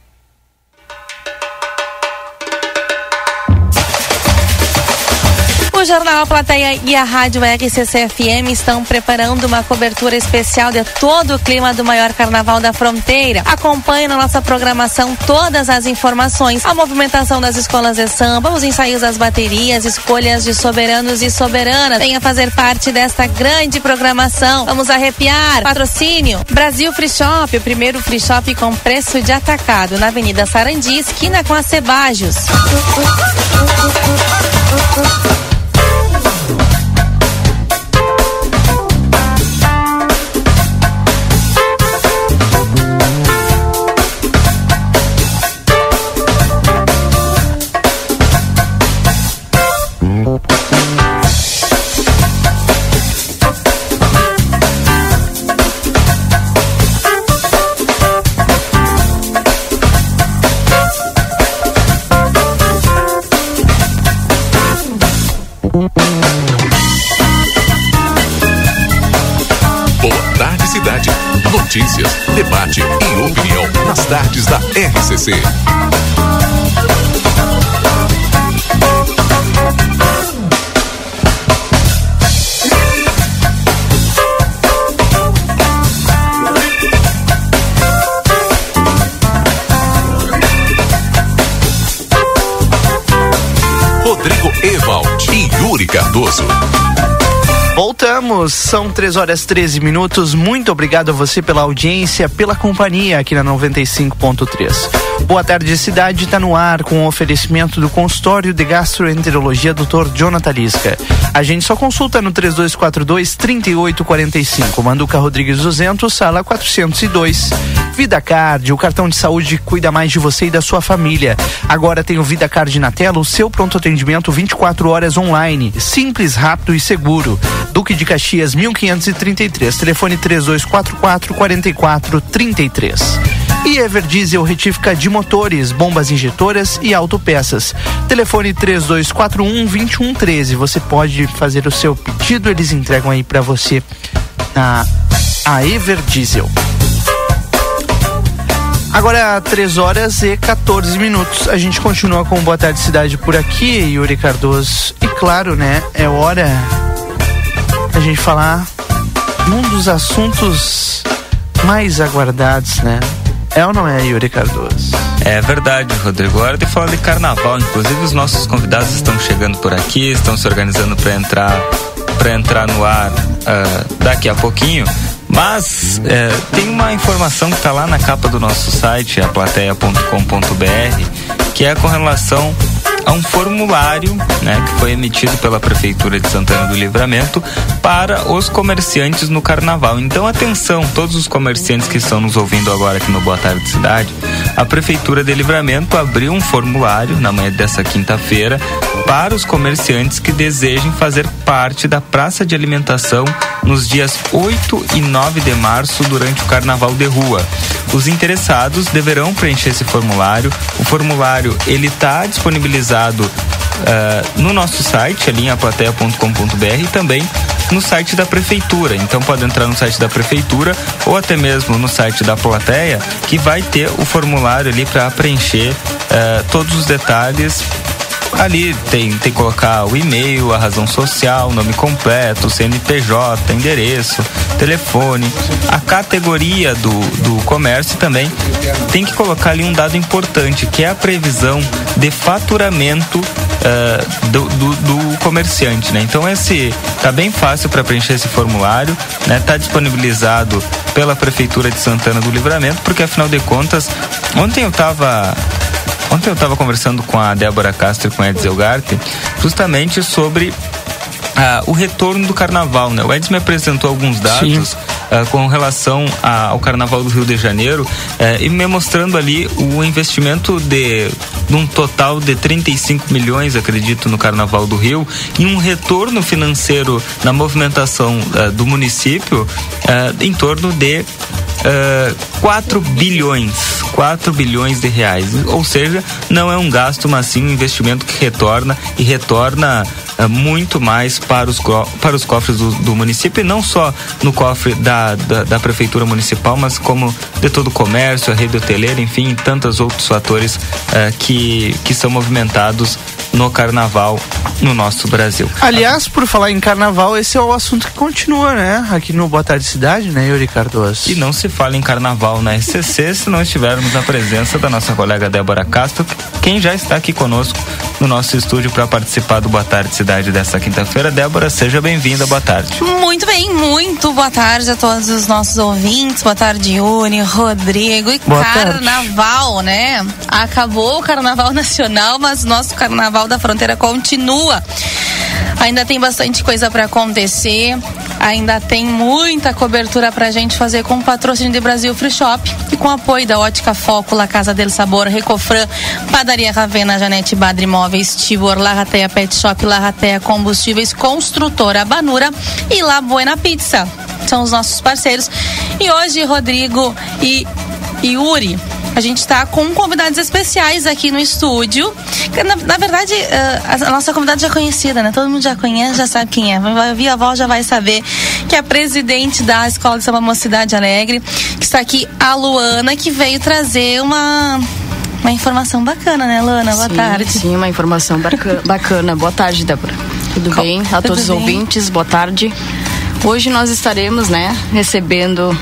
[SPEAKER 22] O Jornal A Plateia e a Rádio RCC-FM estão preparando uma cobertura especial de todo o clima do maior carnaval da fronteira. Acompanhe na nossa programação todas as informações, a movimentação das escolas de samba, os ensaios das baterias, escolhas de soberanos e soberanas. Venha fazer parte desta grande programação. Vamos arrepiar. Patrocínio Brasil Free Shop, o primeiro free shop com preço de atacado na Avenida Sarandi, esquina com a Cebajos.
[SPEAKER 1] Notícias, debate e opinião nas tardes da RCC. Rodrigo Ewald e Yuri Cardoso.
[SPEAKER 2] Voltamos, são 3h13. Muito obrigado a você pela audiência, pela companhia aqui na 95.3. Boa tarde, cidade está no ar com o oferecimento do consultório de gastroenterologia Dr. Jonathan Lisca. A gente só consulta no 3242-3845, Manduca Rodrigues 200, sala 402. Vida Card, o cartão de saúde que cuida mais de você e da sua família. Agora tem o Vida Card na tela, o seu pronto atendimento 24 horas online, simples, rápido e seguro. Do Duque de Caxias, 1533. Telefone 3244-4433. E Everdiesel, retífica de motores, bombas injetoras e autopeças. Telefone 3241-2113. Você pode fazer o seu pedido, eles entregam aí pra você a Everdiesel. Agora 3h14. A gente continua com o Boa Tarde Cidade por aqui, Yuri Cardoso. E claro, né, é hora a gente falar num dos assuntos mais aguardados, né? É ou não é, Yuri Cardoso?
[SPEAKER 3] É verdade, Rodrigo. Hora de falar de carnaval. Inclusive os nossos convidados estão chegando por aqui, estão se organizando para entrar no ar daqui a pouquinho. Mas tem uma informação que está lá na capa do nosso site, aplateia.com.br, que é com relação a um formulário, né, que foi emitido pela Prefeitura de Santana do Livramento para os comerciantes no Carnaval. Então, atenção, todos os comerciantes que estão nos ouvindo agora aqui no Boa Tarde Cidade, a Prefeitura de Livramento abriu um formulário na manhã dessa quinta-feira para os comerciantes que desejem fazer parte da praça de alimentação nos dias 8 e 9 de março durante o Carnaval de Rua. Os interessados deverão preencher esse formulário. O formulário, ele está disponibilizado no nosso site, ali em aplateia.com.br, e também no site da Prefeitura. Então pode entrar no site da Prefeitura ou até mesmo no site da Plateia, que vai ter o formulário ali para preencher todos os detalhes. Ali tem que colocar o e-mail, a razão social, o nome completo, CNPJ, endereço, telefone, a categoria do comércio. Também tem que colocar ali um dado importante, que é a previsão de faturamento do comerciante, né? Então tá bem fácil para preencher esse formulário, né? Tá disponibilizado pela Prefeitura de Santana do Livramento, porque afinal de contas, ontem eu estava conversando com a Débora Castro e com o Edson Zelgarte justamente sobre o retorno do carnaval, né? O Edson me apresentou alguns dados com relação ao Carnaval do Rio de Janeiro e me mostrando ali o investimento de um total de 35 milhões, acredito, no Carnaval do Rio, e um retorno financeiro na movimentação do município em torno de 4 bilhões de reais, ou seja, não é um gasto, mas sim um investimento que retorna muito mais para os cofres do município, e não só no cofre da Prefeitura Municipal, mas como de todo o comércio, a rede hoteleira, enfim, tantos outros fatores que são movimentados no Carnaval no nosso Brasil.
[SPEAKER 2] Aliás, por falar em Carnaval, esse é o assunto que continua, né? Aqui no Boa Tarde Cidade, né, Yuri Cardoso?
[SPEAKER 3] E não se fala em Carnaval na SCC se não estivermos na presença da nossa colega Débora Castro, quem já está aqui conosco no nosso estúdio para participar do Boa Tarde Cidade dessa quinta-feira. Débora, seja bem-vinda, boa tarde.
[SPEAKER 22] Muito bem, muito boa tarde a todos os nossos ouvintes, boa tarde, Yuri, Rodrigo. E boa Carnaval, tarde, né? Acabou o Carnaval Nacional, mas nosso Carnaval da Fronteira continua. Ainda tem bastante coisa para acontecer, ainda tem muita cobertura pra gente fazer com o patrocínio de Brasil Free Shop e com o apoio da Ótica Foco, La Casa del Sabor, Recofran, Padaria Ravena, Janete Badri Móveis, Tibor, La Rateia Pet Shop, La Rateia Combustíveis, Construtora Banura e La Buena Pizza. São os nossos parceiros. E hoje, Rodrigo e Yuri, a gente está com convidados especiais aqui no estúdio. Na verdade, a nossa convidada já é conhecida, né? Todo mundo já conhece, já sabe quem é. Vai ouvir a voz, já vai saber que é a presidente da Escola de Samba Mocidade Alegre, que está aqui, a Luana, que veio trazer uma informação bacana, né, Luana? Boa tarde.
[SPEAKER 4] Sim, uma informação bacana. Boa tarde, Débora. Tudo bem? A todos os ouvintes, boa tarde. Hoje nós estaremos, né, recebendo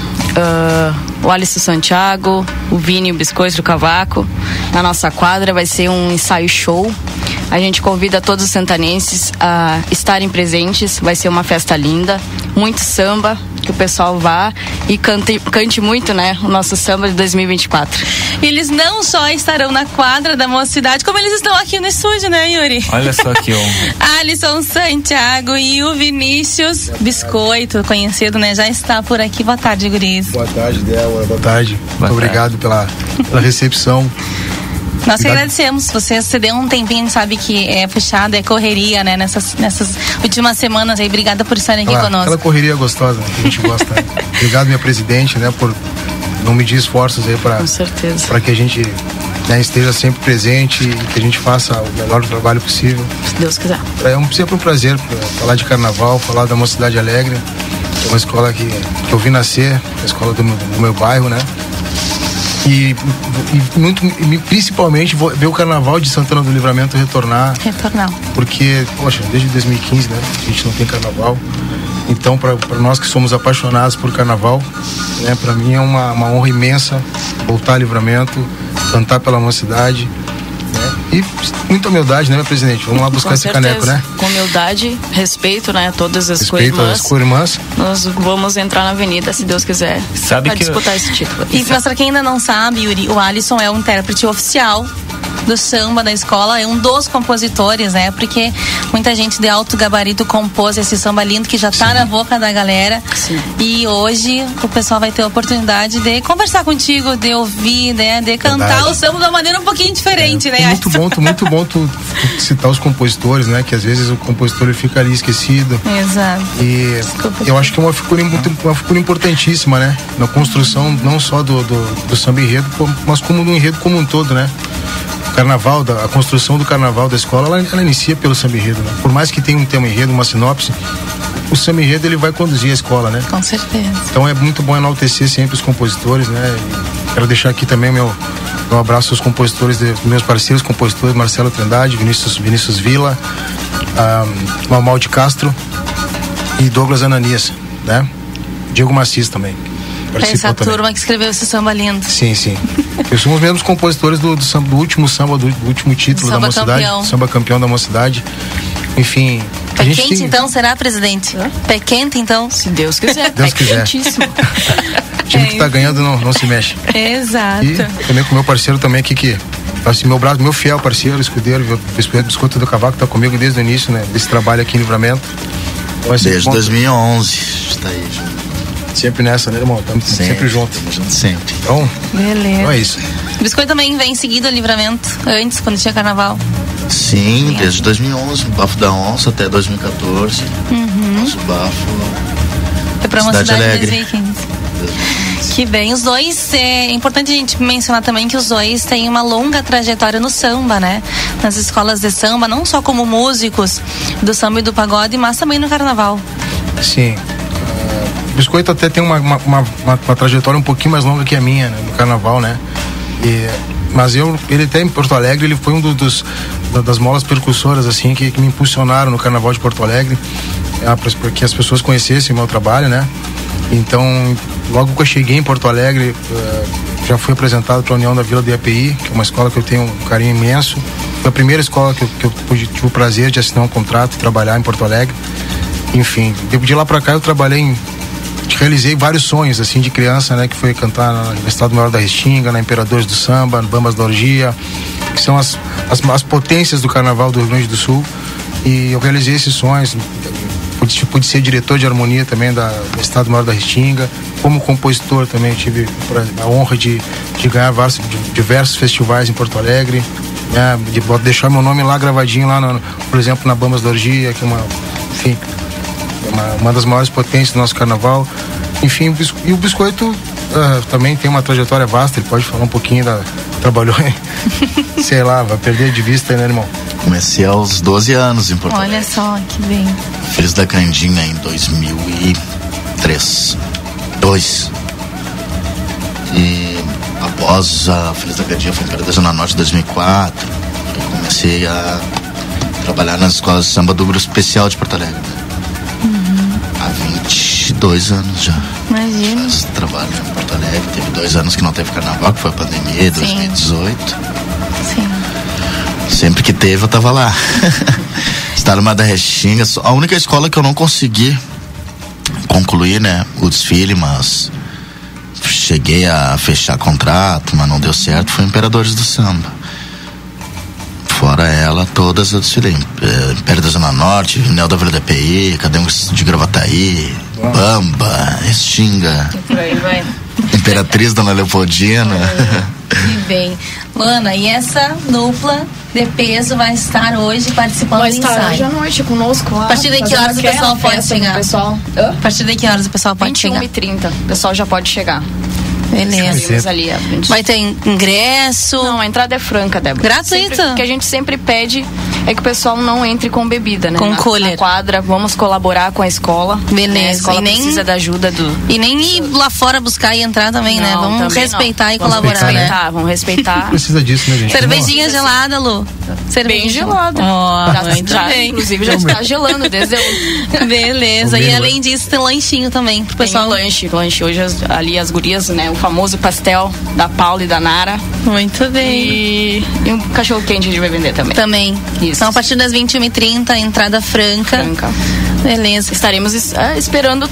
[SPEAKER 4] o Alisson Santiago, o Vini, o Biscoito do Cavaco na nossa quadra. Vai ser um ensaio show. A gente convida todos os santanenses a estarem presentes. Vai ser uma festa linda, muito samba, que o pessoal vá e cante muito, né, o nosso samba de 2024.
[SPEAKER 22] E eles não só estarão na quadra da Mocidade, como eles estão aqui no estúdio, né, Yuri?
[SPEAKER 3] Olha só que honra.
[SPEAKER 22] Alisson Santiago e o Vinícius Biscoito, conhecido, né, já está por aqui. Boa tarde, guris.
[SPEAKER 5] Boa tarde, Débora. Boa tarde. Muito obrigado pela recepção.
[SPEAKER 22] Nós que agradecemos. Você cedeu um tempinho, a gente sabe que é puxado, é correria, né? Nessas últimas semanas aí. Obrigada por estarem aqui conosco.
[SPEAKER 5] Aquela correria gostosa, né, que a gente gosta. Obrigado, minha presidente, né, por não medir esforços aí para que a gente, né, esteja sempre presente e que a gente faça o melhor trabalho possível.
[SPEAKER 22] Se Deus quiser.
[SPEAKER 5] É sempre um prazer falar de carnaval, falar da Mocidade Alegre, que é uma escola que eu vi nascer, a escola do meu bairro, né? E principalmente ver o Carnaval de Santana do Livramento retornar. Porque, poxa, desde 2015, né, a gente não tem Carnaval. Então, para nós que somos apaixonados por Carnaval, né, para mim é uma honra imensa voltar a Livramento, cantar pela Mocidade, né? E muita humildade, né, meu presidente? Vamos lá buscar esse caneco, né?
[SPEAKER 4] Com humildade, respeito, né, a todas as
[SPEAKER 5] co-irmãs.
[SPEAKER 4] Nós vamos entrar na avenida, se Deus quiser, para disputar esse título.
[SPEAKER 22] E para quem ainda não sabe, Yuri, o Alisson é o intérprete oficial do samba da escola, é um dos compositores, né? Porque muita gente de alto gabarito compôs esse samba lindo que já tá na boca da galera.
[SPEAKER 4] Sim.
[SPEAKER 22] E hoje o pessoal vai ter a oportunidade de conversar contigo, de ouvir, né? De cantar o samba de uma maneira um pouquinho diferente, né?
[SPEAKER 5] Muito bom tu citar os compositores, né? Que às vezes o compositor ele fica ali esquecido.
[SPEAKER 22] Exato.
[SPEAKER 5] E eu acho que é uma figura importantíssima, né? Na construção não só do samba enredo, mas como do enredo como um todo, né? Carnaval, a construção do carnaval da escola, ela inicia pelo samba enredo, né? Por mais que tenha um tema enredo, uma sinopse, o samba enredo ele vai conduzir a escola, né?
[SPEAKER 22] Com certeza.
[SPEAKER 5] Então é muito bom enaltecer sempre os compositores, né? E quero deixar aqui também meu abraço aos compositores, meus parceiros compositores, Marcelo Trindade, Vinícius Vila, Mamal de Castro e Douglas Ananias, né? Diego Macis também.
[SPEAKER 22] Essa turma que escreveu esse samba lindo.
[SPEAKER 5] Sim. Eu somos os mesmos compositores do último samba, do último título da Mocidade, samba campeão da Mocidade. Enfim.
[SPEAKER 22] Pé quente, então, será, presidente? Pé quente, então?
[SPEAKER 4] Se Deus quiser.
[SPEAKER 5] Deus quiser. O time que tá ganhando não se mexe.
[SPEAKER 22] Exato.
[SPEAKER 5] E também com o meu parceiro também aqui, que assim, meu fiel parceiro, escudeiro, Biscoito do Cavaco, tá comigo desde o início, né? Desse trabalho aqui em Livramento.
[SPEAKER 8] Então, desde 2011, está aí,
[SPEAKER 5] sempre nessa, né, irmão? Estamos sempre juntos.
[SPEAKER 8] Sempre.
[SPEAKER 5] Então,
[SPEAKER 22] beleza.
[SPEAKER 5] Então é isso.
[SPEAKER 22] O Biscoito também vem em seguida ao Livramento, antes, quando tinha Carnaval.
[SPEAKER 8] Sim, desde 2011, Bafo da Onça até 2014. Nosso Bafo.
[SPEAKER 22] Foi pra Mocidade Alegre. 2015. Que bem, os dois, é importante a gente mencionar também que os dois têm uma longa trajetória no samba, né? Nas escolas de samba, não só como músicos do samba e do pagode, mas também no Carnaval.
[SPEAKER 5] Sim. O Biscoito até tem uma trajetória um pouquinho mais longa que a minha, né, no Carnaval, né? Mas ele até em Porto Alegre, ele foi das molas percussoras, assim, que me impulsionaram no Carnaval de Porto Alegre, para que as pessoas conhecessem o meu trabalho, né? Então, logo que eu cheguei em Porto Alegre, já fui apresentado para a União da Vila do IAPI, que é uma escola que eu tenho um carinho imenso. Foi a primeira escola que eu tive o prazer de assinar um contrato e trabalhar em Porto Alegre. Enfim, de lá para cá eu realizei vários sonhos, assim, de criança, né? Que foi cantar na Universidade Maior da Restinga, na Imperadores do Samba, no Bambas da Orgia, que são as potências do Carnaval do Rio Grande do Sul. E eu realizei esses sonhos. Pude ser diretor de harmonia também da Estado Maior da Restinga. Como compositor também tive a honra de ganhar diversos festivais em Porto Alegre, né? De deixar meu nome lá gravadinho, lá por exemplo, na Bambas da Orgia, que é uma das maiores potências do nosso carnaval. Enfim, e o Biscoito também tem uma trajetória vasta, ele pode falar um pouquinho trabalhou em, sei lá, vai perder de vista, né, irmão?
[SPEAKER 8] Comecei aos 12 anos em Porto Alegre.
[SPEAKER 22] Olha só, que bem.
[SPEAKER 8] Filhos da Candinha em 2003. E após a Filhos da Candinha foi para a Zona Norte em 2004. Eu comecei a trabalhar nas escolas de samba do Grupo Especial de Porto Alegre. Há 22 anos já.
[SPEAKER 22] Imagina.
[SPEAKER 8] Faz trabalho em Porto Alegre. Teve 2 anos que não teve carnaval, que foi a pandemia, 2018.
[SPEAKER 22] Sim.
[SPEAKER 8] Sempre que teve, eu tava lá. Estado Maior da Restinga. A única escola que eu não consegui concluir, né, o desfile, mas cheguei a fechar contrato, mas não deu certo, foi Imperadores do Samba. Fora ela, todas eu desfilei. Império da Zona Norte, Neo da Vila da EPI, Cadêmicos de Gravataí, Bamba, Restinga,
[SPEAKER 22] por aí vai.
[SPEAKER 8] Imperatriz Dona Leopoldina.
[SPEAKER 22] Que bem. Luana, e essa dupla de peso vai estar hoje participando do ensaio?
[SPEAKER 4] Vai estar hoje à noite conosco lá.
[SPEAKER 22] A partir de que horas o pessoal pode chegar? A partir de que horas o pessoal pode chegar?
[SPEAKER 4] 21h30, o pessoal já pode chegar.
[SPEAKER 22] Beleza.
[SPEAKER 4] Ali,
[SPEAKER 22] vai ter ingresso?
[SPEAKER 4] Não, a entrada é franca, Débora.
[SPEAKER 22] Gratuita?
[SPEAKER 4] O que a gente sempre pede é que o pessoal não entre com bebida, né?
[SPEAKER 22] Com cooler.
[SPEAKER 4] Na quadra, vamos colaborar com a escola.
[SPEAKER 22] Beleza.
[SPEAKER 4] Né? A escola precisa da ajuda do...
[SPEAKER 22] E nem ir lá fora buscar e entrar também, né? Vamos respeitar e colaborar, né?
[SPEAKER 4] Vamos respeitar.
[SPEAKER 5] Precisa disso, né, gente?
[SPEAKER 22] Cervejinha gelada, Lu.
[SPEAKER 4] Bem gelada. Inclusive já está gelando desde eu...
[SPEAKER 22] Beleza. E além disso, tem lanchinho também pro pessoal.
[SPEAKER 4] Tem lanche. Hoje ali as gurias, né? O famoso pastel da Paula e da Nara.
[SPEAKER 22] Muito bem.
[SPEAKER 4] E um cachorro quente a gente vai vender também.
[SPEAKER 22] Também. Isso. Então, a partir das 21h30, entrada franca. Beleza.
[SPEAKER 4] Estaremos esperando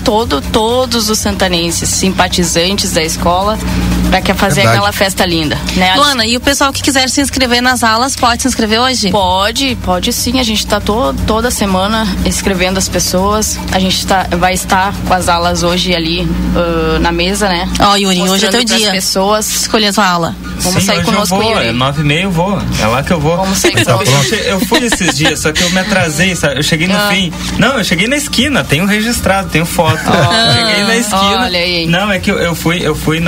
[SPEAKER 4] todos os santanenses, simpatizantes da escola, para fazer aquela festa linda. Né?
[SPEAKER 22] Luana, e o pessoal que quiser se inscrever nas aulas, pode se inscrever hoje?
[SPEAKER 4] Pode sim. A gente está toda semana inscrevendo as pessoas. A gente vai estar com as aulas hoje ali na mesa, né?
[SPEAKER 22] Yuri, hoje é teu dia.
[SPEAKER 4] Pessoas
[SPEAKER 22] escolher a tua aula.
[SPEAKER 3] Vamos sair conosco, Yuri. 9h30 eu vou. É lá que eu vou.
[SPEAKER 4] Vamos sair conosco.
[SPEAKER 3] Eu fui esses dias, só que eu me atrasei, sabe? Eu cheguei no fim. Não, eu cheguei na esquina, tenho registrado, tenho foto. Cheguei na esquina.
[SPEAKER 4] Olha aí.
[SPEAKER 3] Não, é que eu fui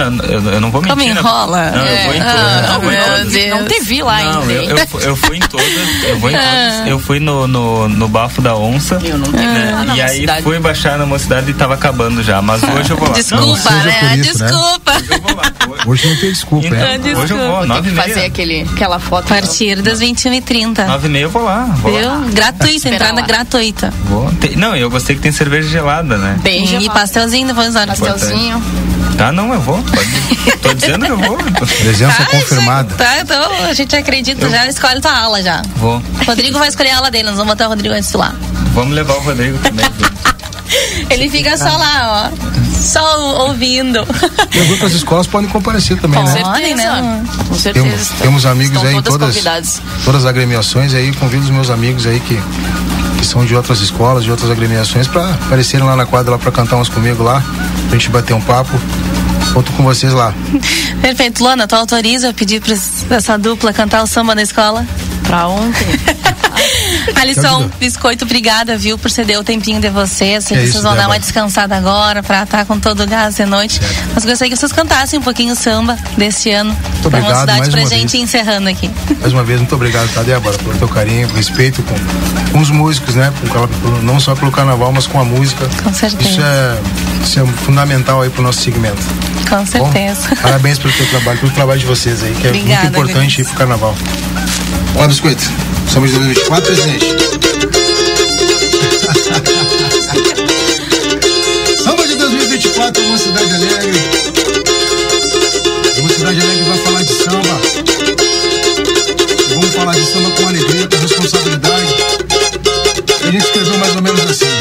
[SPEAKER 3] eu não vou mentir.
[SPEAKER 22] Como enrola?
[SPEAKER 3] Não, eu vou em todas.
[SPEAKER 4] Não te vi lá ainda.
[SPEAKER 3] Eu fui em todas. Eu fui no Bafo da Onça.
[SPEAKER 4] Eu não tenho
[SPEAKER 3] né? E aí fui baixar na mocidade e tava acabando já. Mas hoje eu vou lá.
[SPEAKER 22] Desculpa, né? Desculpa.
[SPEAKER 3] Eu vou lá.
[SPEAKER 5] Hoje não tem desculpa,
[SPEAKER 3] então, hoje eu vou, 9h30.
[SPEAKER 4] Fazer aquela foto.
[SPEAKER 22] A partir das 21h30.
[SPEAKER 3] 9h30 eu vou lá.
[SPEAKER 22] Gratuita, entrada gratuita.
[SPEAKER 3] Não, eu gostei que tem cerveja gelada, né?
[SPEAKER 22] Bem gelada. E pastelzinho depois da hora.
[SPEAKER 4] Pastelzinho.
[SPEAKER 3] Tá, não, eu vou. Tô dizendo que eu vou.
[SPEAKER 5] Presença confirmada.
[SPEAKER 22] Então a gente acredita, já escolhe tua aula já.
[SPEAKER 3] Vou.
[SPEAKER 22] Rodrigo vai escolher a aula dele, nós vamos botar o Rodrigo antes de lá.
[SPEAKER 3] Vamos levar o Rodrigo também.
[SPEAKER 22] Ele fica só lá, só ouvindo.
[SPEAKER 5] E as outras escolas podem comparecer também,
[SPEAKER 22] né?
[SPEAKER 4] Podem, né? Com certeza.
[SPEAKER 5] Temos amigos aí em todas as agremiações aí, convido os meus amigos aí que são de outras escolas, de outras agremiações, para aparecerem lá na quadra lá para cantar umas comigo lá, pra gente bater um papo. Conto com vocês lá.
[SPEAKER 22] Perfeito. Luana, tu autoriza eu pedir pra essa dupla cantar o samba na escola?
[SPEAKER 4] Pra ontem.
[SPEAKER 22] Alisson, biscoito, obrigada, viu, por ceder o tempinho de vocês. Sei que vocês vão dar uma descansada agora pra estar com todo o gás de noite. Mas gostaria que vocês cantassem um pouquinho o samba desse ano.
[SPEAKER 5] Muito obrigado,
[SPEAKER 22] mocidade pra gente
[SPEAKER 5] vez.
[SPEAKER 22] Encerrando aqui.
[SPEAKER 5] Mais uma vez, muito obrigado, tá, Débora, pelo teu carinho, respeito com os músicos, né? Não só pelo carnaval, mas com a música.
[SPEAKER 22] Com certeza.
[SPEAKER 5] Isso é fundamental aí pro nosso segmento.
[SPEAKER 22] Com certeza.
[SPEAKER 5] Bom, parabéns pelo teu trabalho, pelo trabalho de vocês aí, que é muito importante aí pro carnaval. Olá, biscoito. Samba de 2024, presidente. Samba de 2024, Mocidade Alegre. Mocidade Alegre vai falar de samba. Vamos falar de samba com alegria, com responsabilidade. E a gente escreveu mais ou menos assim.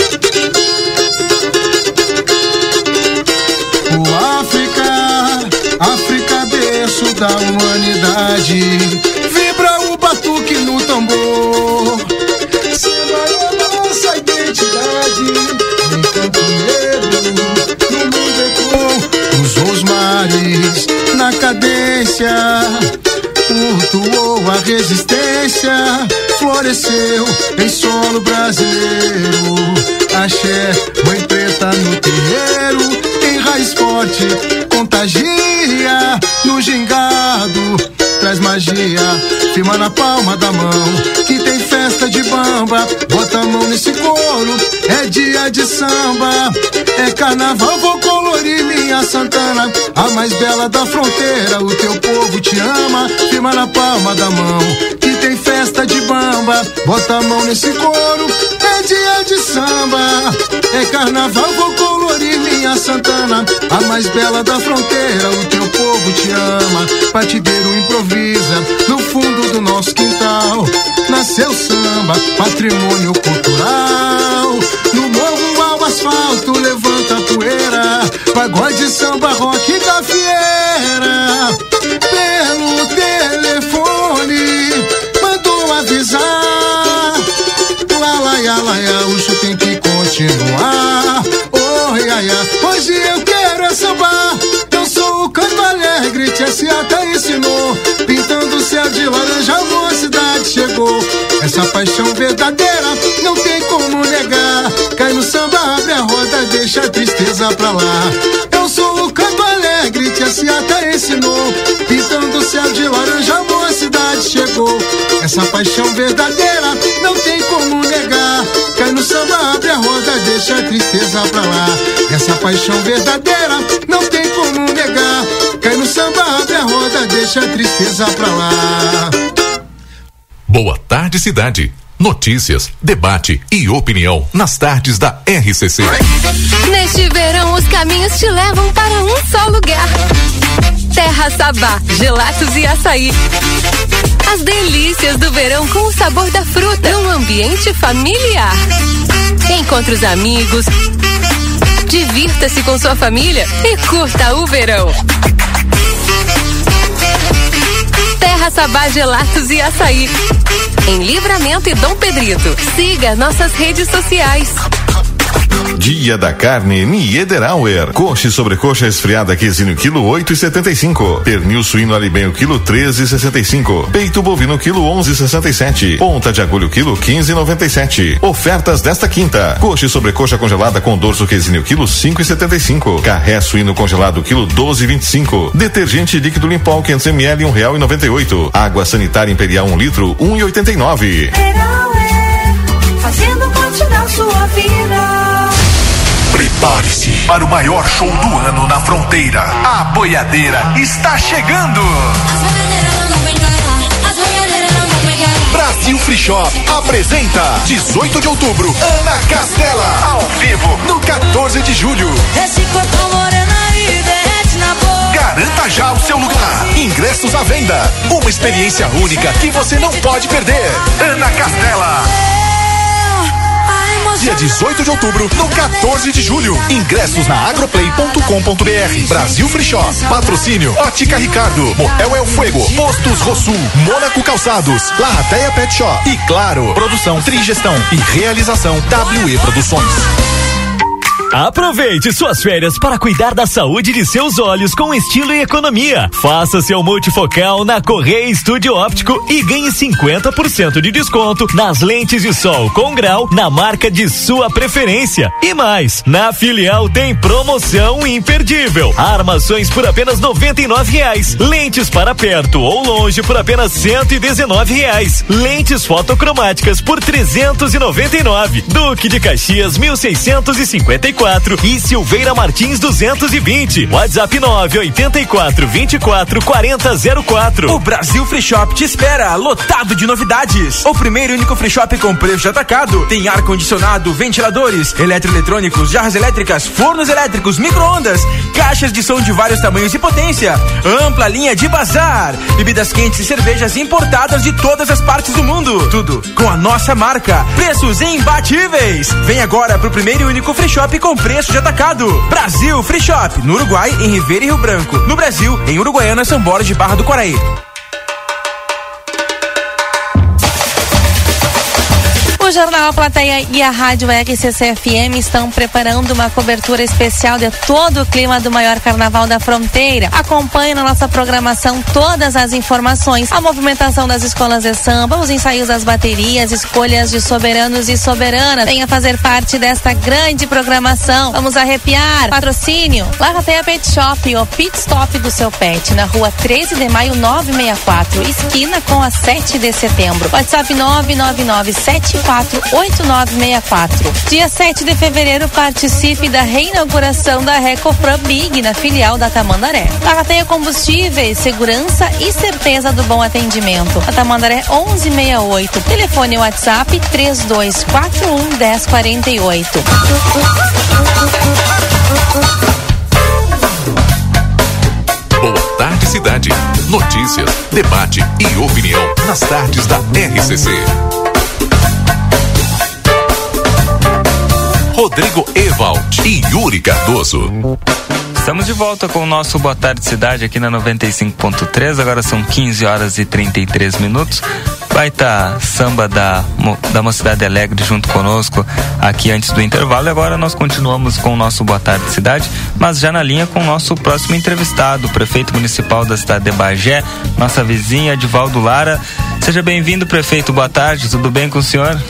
[SPEAKER 5] África, berço da humanidade. Vibra o batuque no tambor. Samba é nossa identidade. Enquanto negro, no mundo ecoou. Cruzou os mares na cadência. Cultuou a resistência. Floresceu em solo brasileiro. Axé, mãe preta no terreiro. Tem raiz forte, contagia no gingado, traz magia, firma na palma da mão, que tem festa de bamba, bota a mão nesse couro, é dia de samba, é carnaval, vou colorir minha Santana, a mais bela da fronteira, o teu povo te ama, firma na palma da mão, que tem festa de bamba, bota a mão nesse couro, é dia de samba, é carnaval, vou colorir minha Santana, a mais bela da fronteira, o teu povo te ama, partideiro improvisa, no fundo do nosso quintal, nasceu samba, patrimônio cultural, no morro ao asfalto, levanta a poeira, pagode, samba, rock e gafieira, pelo telefone, mandou avisar, lá, o show tem que continuar, oh, hoje eu quero é sambar, eu sou o canto alegre, tia se até ensinou,
[SPEAKER 9] Essa paixão verdadeira não tem como negar. Cai no samba, abre a roda, deixa a tristeza pra lá. Eu sou o Campo Alegre, tia Ciata ensinou. Pintando o céu de laranja, a mocidade chegou. Essa paixão verdadeira não tem como negar. Cai no samba, abre a roda, deixa a tristeza pra lá. Essa paixão verdadeira não tem como negar. Cai no samba, abre a roda, deixa a tristeza pra lá.
[SPEAKER 1] Boa tarde, cidade. Notícias, debate e opinião nas tardes da RCC.
[SPEAKER 11] Neste verão, os caminhos te levam para um só lugar. Terra Sabá, gelatos e açaí. As delícias do verão com o sabor da fruta, num ambiente familiar. Encontre os amigos, divirta-se com sua família e curta o verão. Terra Sabá, gelatos e açaí. Em Livramento e Dom Pedrito. Siga nossas redes sociais.
[SPEAKER 23] Dia da carne Niederauer. Coxa e sobrecoxa esfriada quesinho quilo 8,75. Pernil suíno alibenho quilo 13,65. Peito bovino quilo 11,67. Ponta de agulho quilo 15,97. Ofertas desta quinta. Coxa e sobrecoxa congelada com dorso quesinho quilo 5,75. Carré suíno congelado quilo 12,25. Detergente líquido Limpol 500 ml R$1,98. Água sanitária Imperial 1 litro 1,89.
[SPEAKER 24] Fazendo parte da sua vida.
[SPEAKER 25] Prepare-se para o maior show do ano na fronteira. A boiadeira está chegando. Brasil Free Shop apresenta 18 de outubro, Ana Castela, ao vivo, no 14 de julho.
[SPEAKER 24] Esse corpo morena e derrete na boca.
[SPEAKER 25] Garanta já o seu lugar. Ingressos à venda. Uma experiência única que você não pode perder. Ana Castela. Dia 18 de outubro, no 14 de julho. Ingressos na agroplay.com.br. Brasil Free Shop. Patrocínio Ótica Ricardo, Motel El Fuego, Postos Rosul, Mônaco Calçados, Larrateia Pet Shop e claro, produção, trigestão e realização WE Produções.
[SPEAKER 26] Aproveite suas férias para cuidar da saúde de seus olhos com estilo e economia. Faça seu multifocal na Correia Estúdio Óptico e ganhe 50% de desconto nas lentes de sol com grau na marca de sua preferência. E mais, na filial tem promoção imperdível. Armações por apenas R$99. Lentes para perto ou longe por apenas R$119. Lentes fotocromáticas por R$399. Duque de Caxias 1654 e Silveira Martins 220. WhatsApp 984244004.
[SPEAKER 27] O Brasil Free Shop te espera, lotado de novidades. O primeiro e único free shop com preço de atacado. Tem ar-condicionado, ventiladores, eletroeletrônicos, jarras elétricas, fornos elétricos, micro-ondas, caixas de som de vários tamanhos e potência, ampla linha de bazar, bebidas quentes e cervejas importadas de todas as partes do mundo. Tudo com a nossa marca. Preços imbatíveis. Vem agora pro primeiro e único free shop com preço de atacado. Brasil Free Shop, no Uruguai, em Ribeira e Rio Branco. No Brasil, em Uruguaiana, São Borges de Barra do Quaraí.
[SPEAKER 22] O Jornal A Plateia e a Rádio RCC-FM estão preparando uma cobertura especial de todo o clima do maior carnaval da fronteira. Acompanhe na nossa programação todas as informações, a movimentação das escolas de samba, os ensaios das baterias, escolhas de soberanos e soberanas. Venha fazer parte desta grande programação. Vamos arrepiar. Patrocínio Larrateia Pet Shop, o pit stop do seu pet, na rua 13 de maio 964, esquina com a 7 de setembro. WhatsApp 999748964. Dia 7 de fevereiro, participe da reinauguração da Recofran Big na filial da Tamandaré. Larrateia Combustíveis, segurança e certeza do bom atendimento. A Tamandaré 1168. Telefone WhatsApp 32411048.
[SPEAKER 1] Boa tarde, cidade. Notícias, debate e opinião nas tardes da RCC. Rodrigo Ewald e Yuri Cardoso.
[SPEAKER 3] Estamos de volta com o nosso Boa Tarde Cidade aqui na 95.3. Agora são 15 horas e 33 minutos. Baita samba da Mocidade Alegre junto conosco aqui antes do intervalo. E agora nós continuamos com o nosso Boa Tarde Cidade, mas já na linha com o nosso próximo entrevistado, o prefeito municipal da cidade de Bagé, nossa vizinha Edivaldo Lara. Seja bem-vindo, prefeito. Boa tarde, tudo bem com o senhor?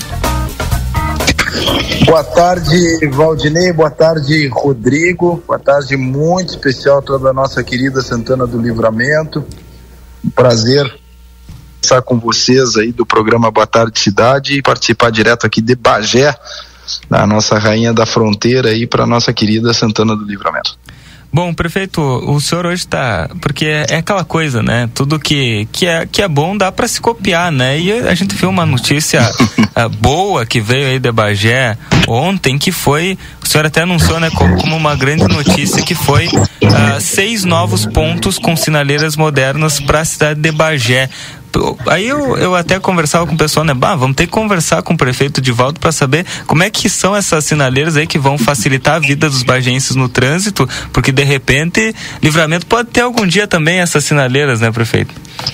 [SPEAKER 6] Boa tarde, Valdinei, boa tarde, Rodrigo, boa tarde muito especial a toda a nossa querida Santana do Livramento. Um prazer estar com vocês aí do programa Boa Tarde Cidade e participar direto aqui de Bagé, da nossa rainha da fronteira aí para nossa querida Santana do Livramento.
[SPEAKER 3] Bom, prefeito, o senhor hoje está, porque é aquela coisa, né? Tudo que é bom dá para se copiar, né? E a gente viu uma notícia boa que veio aí de Bagé ontem, que foi, o senhor até anunciou, né, como uma grande notícia, que foi 6 novos pontos com sinaleiras modernas para a cidade de Bagé. Aí eu até conversava com o pessoal, né? Vamos ter que conversar com o prefeito Edivaldo para saber como é que são essas sinaleiras aí que vão facilitar a vida dos bagenses no trânsito, porque de repente Livramento pode ter algum dia também essas sinaleiras, né, prefeito?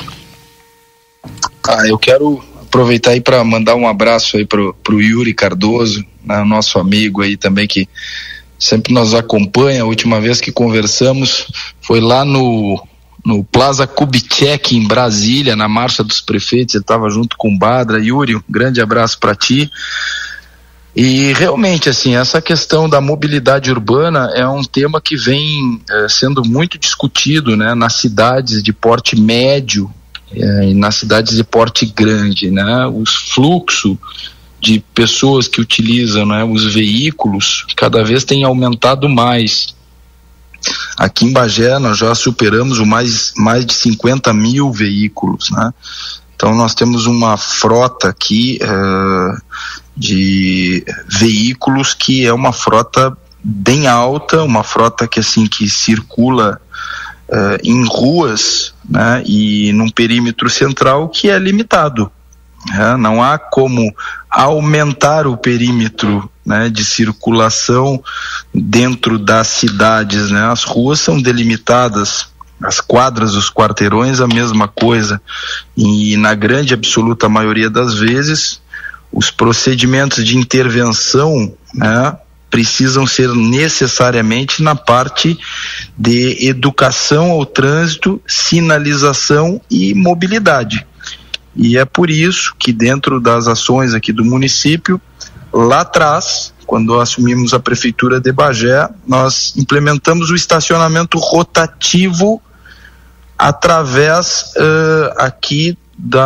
[SPEAKER 6] Eu quero aproveitar aí para mandar um abraço aí pro Yuri Cardoso, né, nosso amigo aí também, que sempre nos acompanha. A última vez que conversamos foi lá no Plaza Kubitschek, em Brasília, na Marcha dos Prefeitos. Ele estava junto com o Badra. Yuri, um grande abraço para ti. E realmente, assim, essa questão da mobilidade urbana é um tema que vem sendo muito discutido, né, nas cidades de porte médio e nas cidades de porte grande, né? O fluxo de pessoas que utilizam, né, os veículos cada vez tem aumentado mais. Aqui em Bagé nós já superamos mais de 50 mil veículos, né? Então nós temos uma frota aqui de veículos que é uma frota bem alta, uma frota que assim que circula em ruas, né, e num perímetro central que é limitado. Não há como aumentar o perímetro, né, de circulação dentro das cidades, né? As ruas são delimitadas, as quadras, os quarteirões, a mesma coisa, e na grande absoluta maioria das vezes os procedimentos de intervenção, né, precisam ser necessariamente na parte de educação ao trânsito, sinalização e mobilidade. E é por isso que dentro das ações aqui do município, lá atrás, quando assumimos a prefeitura de Bagé, nós implementamos o estacionamento rotativo através aqui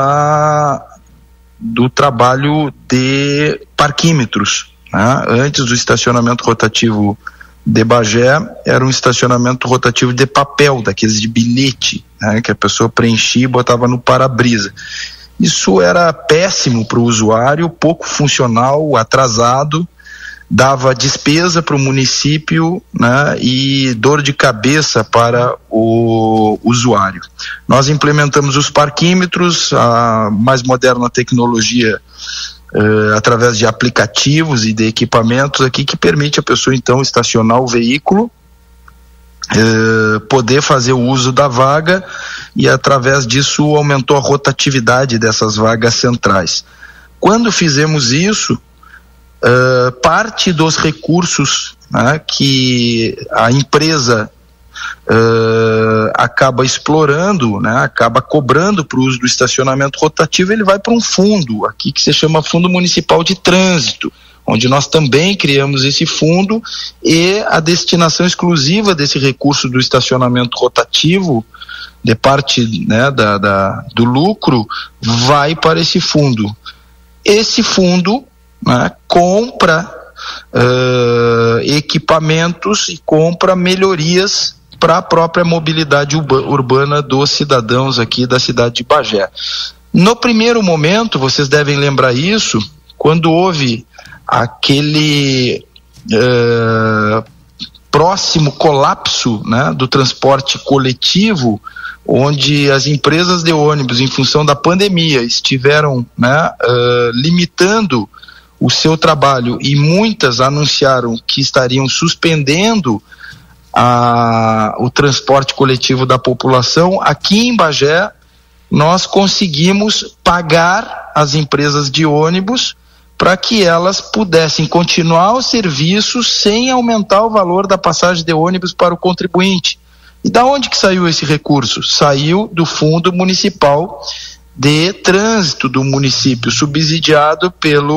[SPEAKER 6] do trabalho de parquímetros, né? Antes do estacionamento rotativo de Bagé, era um estacionamento rotativo de papel, daqueles de bilhete, né, que a pessoa preenchia e botava no para-brisa. Isso era péssimo para o usuário, pouco funcional, atrasado, dava despesa para o município, né, e dor de cabeça para o usuário. Nós implementamos os parquímetros, a mais moderna tecnologia, através de aplicativos e de equipamentos aqui, que permite a pessoa então estacionar o veículo, poder fazer o uso da vaga, e através disso aumentou a rotatividade dessas vagas centrais. Quando fizemos isso, parte dos recursos, né, que a empresa acaba explorando, né, acaba cobrando para o uso do estacionamento rotativo, ele vai para um fundo aqui que se chama Fundo Municipal de Trânsito, onde nós também criamos esse fundo, e a destinação exclusiva desse recurso do estacionamento rotativo, de parte, né, do lucro, vai para esse fundo. Esse fundo, né, compra equipamentos e compra melhorias para a própria mobilidade urbana dos cidadãos aqui da cidade de Bagé. No primeiro momento, vocês devem lembrar isso, quando houve aquele próximo colapso, né, do transporte coletivo, onde as empresas de ônibus, em função da pandemia, estiveram, né, limitando o seu trabalho, e muitas anunciaram que estariam suspendendo o transporte coletivo da população. Aqui em Bagé nós conseguimos pagar as empresas de ônibus para que elas pudessem continuar o serviço sem aumentar o valor da passagem de ônibus para o contribuinte. E da onde que saiu esse recurso? Saiu do Fundo Municipal de Trânsito do município, subsidiado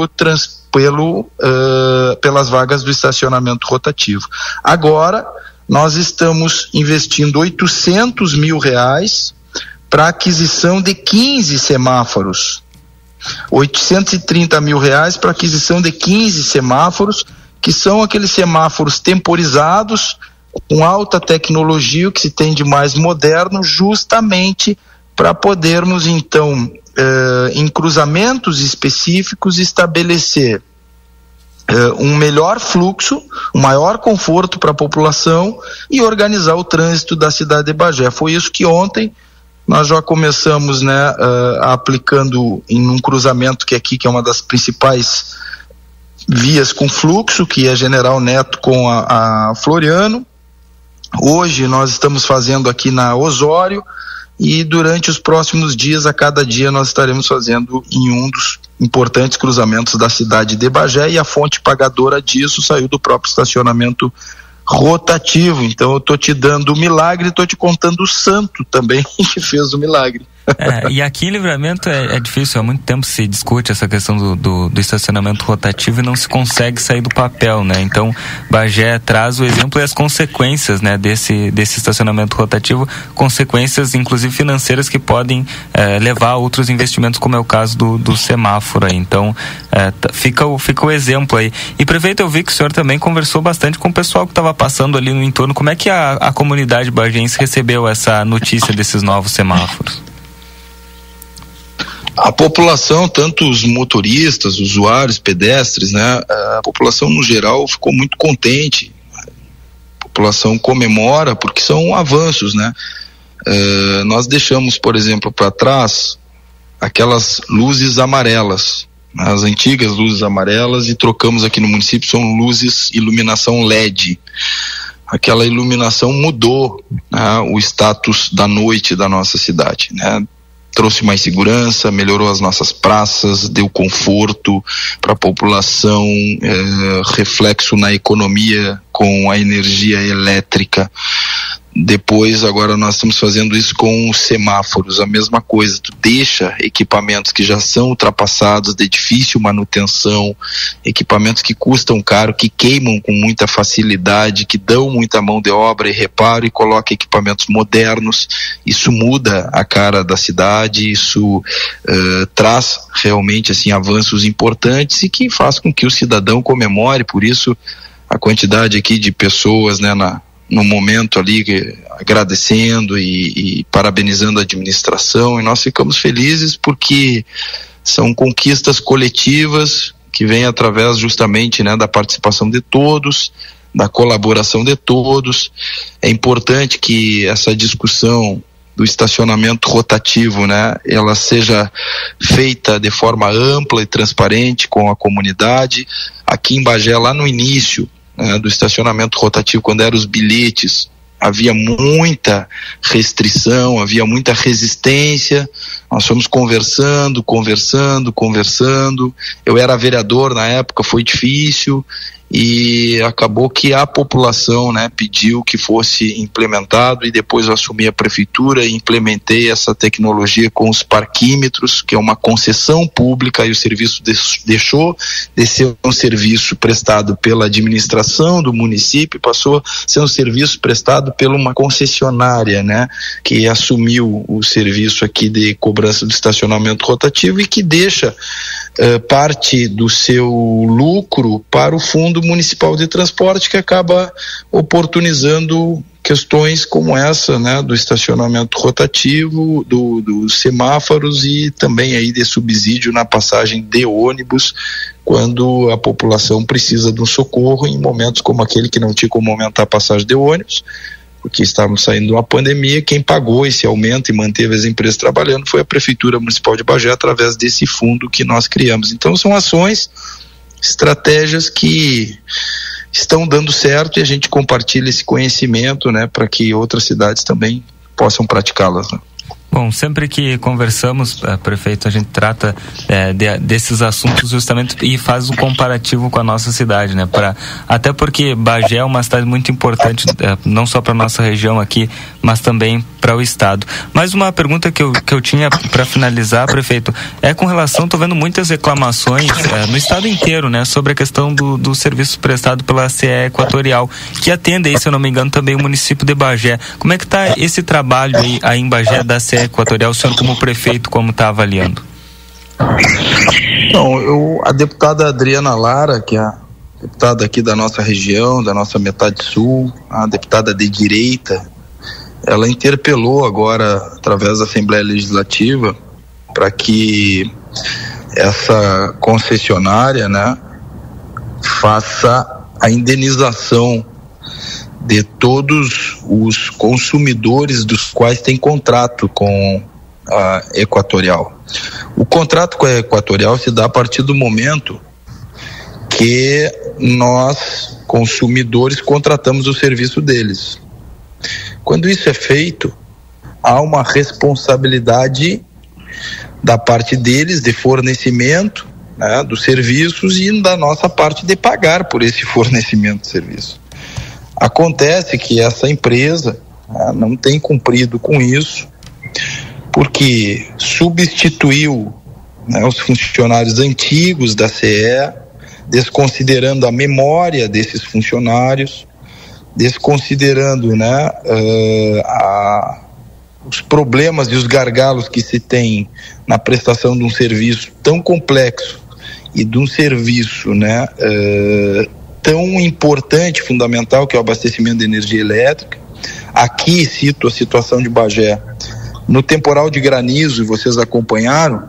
[SPEAKER 6] pelas vagas do estacionamento rotativo. Agora, nós estamos investindo R$800 mil para aquisição de 15 semáforos. R$830 mil para aquisição de 15 semáforos, que são aqueles semáforos temporizados, com alta tecnologia, o que se tem de mais moderno, justamente para podermos, então, em cruzamentos específicos, estabelecer um melhor fluxo, um maior conforto para a população e organizar o trânsito da cidade de Bagé. Foi isso que ontem nós já começamos, né, aplicando em um cruzamento que aqui, que é uma das principais vias com fluxo, que é General Neto com a Floriano. Hoje nós estamos fazendo aqui na Osório e durante os próximos dias, a cada dia, nós estaremos fazendo em um dos importantes cruzamentos da cidade de Bagé, e a fonte pagadora disso saiu do próprio estacionamento rotativo. Então eu tô te dando o milagre e tô te contando o santo também que fez o milagre.
[SPEAKER 3] E aqui em Livramento é difícil, há muito tempo se discute essa questão do estacionamento rotativo e não se consegue sair do papel, né? Então Bagé traz o exemplo e as consequências, né, desse estacionamento rotativo, consequências inclusive financeiras que podem levar a outros investimentos, como é o caso do semáforo aí. Então fica o exemplo aí. E prefeito, eu vi que o senhor também conversou bastante com o pessoal que estava passando ali no entorno. Como é que a comunidade bagense recebeu essa notícia desses novos semáforos?
[SPEAKER 6] A população, tanto os motoristas, usuários, pedestres, né, a população no geral ficou muito contente. A população comemora porque são avanços, né? Nós deixamos, por exemplo, para trás aquelas luzes amarelas, as antigas luzes amarelas, e trocamos aqui no município, são luzes, iluminação LED. Aquela iluminação mudou, né, o status da noite da nossa cidade, né? Trouxe mais segurança, melhorou as nossas praças, deu conforto para a população, reflexo na economia com a energia elétrica. Depois, agora nós estamos fazendo isso com os semáforos, a mesma coisa. Tu deixa equipamentos que já são ultrapassados, de difícil manutenção, equipamentos que custam caro, que queimam com muita facilidade, que dão muita mão de obra e reparo, e coloca equipamentos modernos. Isso muda a cara da cidade, isso traz realmente assim avanços importantes e que faz com que o cidadão comemore. Por isso a quantidade aqui de pessoas, né, no momento ali, agradecendo e parabenizando a administração, e nós ficamos felizes porque são conquistas coletivas que vêm através justamente, né, da participação de todos, da colaboração de todos. É importante que essa discussão do estacionamento rotativo, né, ela seja feita de forma ampla e transparente com a comunidade. Aqui em Bagé, lá no início do estacionamento rotativo, quando eram os bilhetes, havia muita restrição, havia muita resistência. Nós fomos conversando. Eu era vereador na época, foi difícil, e acabou que a população, né, pediu que fosse implementado, e depois eu assumi a prefeitura e implementei essa tecnologia com os parquímetros, que é uma concessão pública, e o serviço deixou de ser um serviço prestado pela administração do município, passou a ser um serviço prestado por uma concessionária, né, que assumiu o serviço aqui de cobrança do estacionamento rotativo e que deixa parte do seu lucro para o Fundo Municipal de Transporte, que acaba oportunizando questões como essa, né, do estacionamento rotativo, dos semáforos, e também aí de subsídio na passagem de ônibus, quando a população precisa de um socorro em momentos como aquele que não tinha como aumentar a passagem de ônibus, porque estávamos saindo de uma pandemia. Quem pagou esse aumento e manteve as empresas trabalhando foi a Prefeitura Municipal de Bagé, através desse fundo que nós criamos. Então são ações, estratégias que estão dando certo, e a gente compartilha esse conhecimento, né, para que outras cidades também possam praticá-las, né?
[SPEAKER 3] Bom, sempre que conversamos, prefeito, a gente trata desses assuntos justamente e faz um comparativo com a nossa cidade, né? Até porque Bagé é uma cidade muito importante, não só para nossa região aqui, mas também para o estado. Mais uma pergunta que eu tinha para finalizar, prefeito, é com relação, estou vendo muitas reclamações no estado inteiro, né? Sobre a questão do serviço prestado pela CE Equatorial, que atende aí, se eu não me engano, também o município de Bagé. Como é que está esse trabalho aí em Bagé da CE Equatorial, o senhor como prefeito, como está avaliando?
[SPEAKER 6] Não, a deputada Adriana Lara, que é a deputada aqui da nossa região, da nossa metade sul, a deputada de direita, ela interpelou agora, através da Assembleia Legislativa, para que essa concessionária, né, faça a indenização de todos os consumidores dos quais tem contrato com a Equatorial. O contrato com a Equatorial se dá a partir do momento que nós, consumidores, contratamos o serviço deles. Quando isso é feito, há uma responsabilidade da parte deles de fornecimento, né, dos serviços, e da nossa parte de pagar por esse fornecimento de serviço. Acontece que essa empresa não tem cumprido com isso, porque substituiu, né, os funcionários antigos da CE, desconsiderando a memória desses funcionários, desconsiderando, né, os problemas e os gargalos que se tem na prestação de um serviço tão complexo e de um serviço, né, tão importante, fundamental, que é o abastecimento de energia elétrica. Aqui cito a situação de Bagé. No temporal de granizo, vocês acompanharam,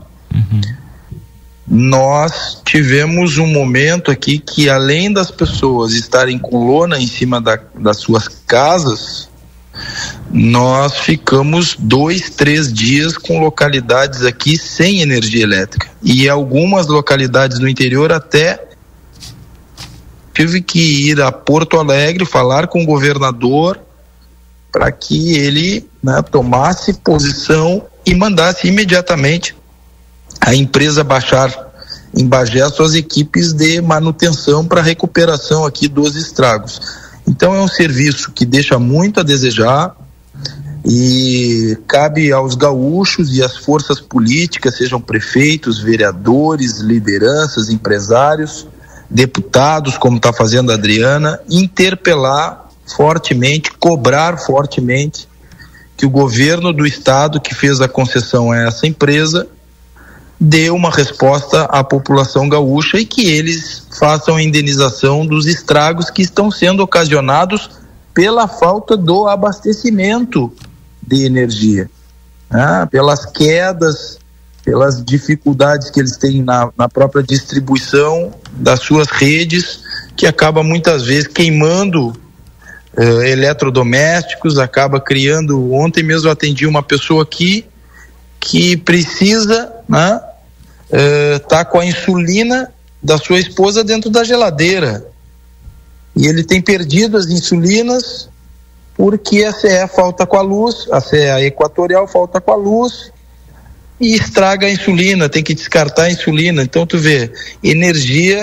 [SPEAKER 6] nós tivemos um momento aqui que, além das pessoas estarem com lona em cima das suas casas, nós ficamos 2-3 dias com localidades aqui sem energia elétrica, e algumas localidades no interior até tive que ir a Porto Alegre falar com o governador para que ele, né, tomasse posição e mandasse imediatamente a empresa baixar em Bagé suas equipes de manutenção para recuperação aqui dos estragos. Então é um serviço que deixa muito a desejar, e cabe aos gaúchos e às forças políticas, sejam prefeitos, vereadores, lideranças, empresários, deputados, como está fazendo a Adriana, interpelar fortemente, cobrar fortemente que o governo do estado que fez a concessão a essa empresa dê uma resposta à população gaúcha e que eles façam a indenização dos estragos que estão sendo ocasionados pela falta do abastecimento de energia, né? Pelas quedas, pelas dificuldades que eles têm na própria distribuição das suas redes, que acaba muitas vezes queimando eletrodomésticos, acaba criando. Ontem mesmo eu atendi uma pessoa aqui que precisa, né, tá com a insulina da sua esposa dentro da geladeira, e ele tem perdido as insulinas porque a CE falta com a luz, a CE Equatorial falta com a luz e estraga a insulina, tem que descartar a insulina. Então tu vê, energia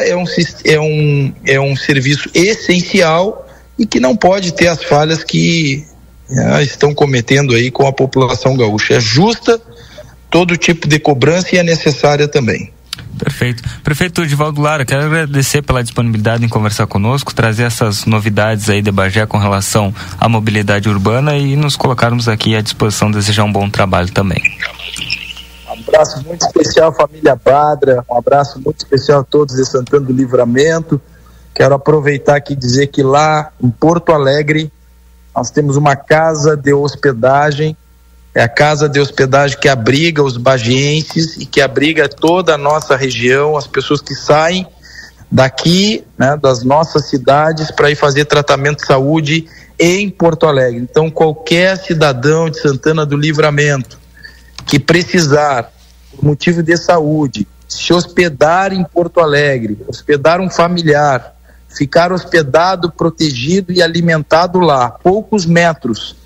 [SPEAKER 6] é um serviço essencial e que não pode ter as falhas que estão cometendo aí com a população gaúcha. É justa todo tipo de cobrança e é necessária também.
[SPEAKER 3] Perfeito. Prefeito Divaldo Lara, quero agradecer pela disponibilidade em conversar conosco, trazer essas novidades aí de Bagé com relação à mobilidade urbana e nos colocarmos aqui à disposição, desejar um bom trabalho também.
[SPEAKER 6] Um abraço muito especial à família Badra, um abraço muito especial a todos de Santana do Livramento. Quero aproveitar aqui e dizer que lá em Porto Alegre nós temos uma casa de hospedagem. É a casa de hospedagem que abriga os bagienses e que abriga toda a nossa região, as pessoas que saem daqui, né, das nossas cidades para ir fazer tratamento de saúde em Porto Alegre. Então qualquer cidadão de Santana do Livramento que precisar, por motivo de saúde, se hospedar em Porto Alegre, hospedar um familiar, ficar hospedado, protegido e alimentado lá, poucos metros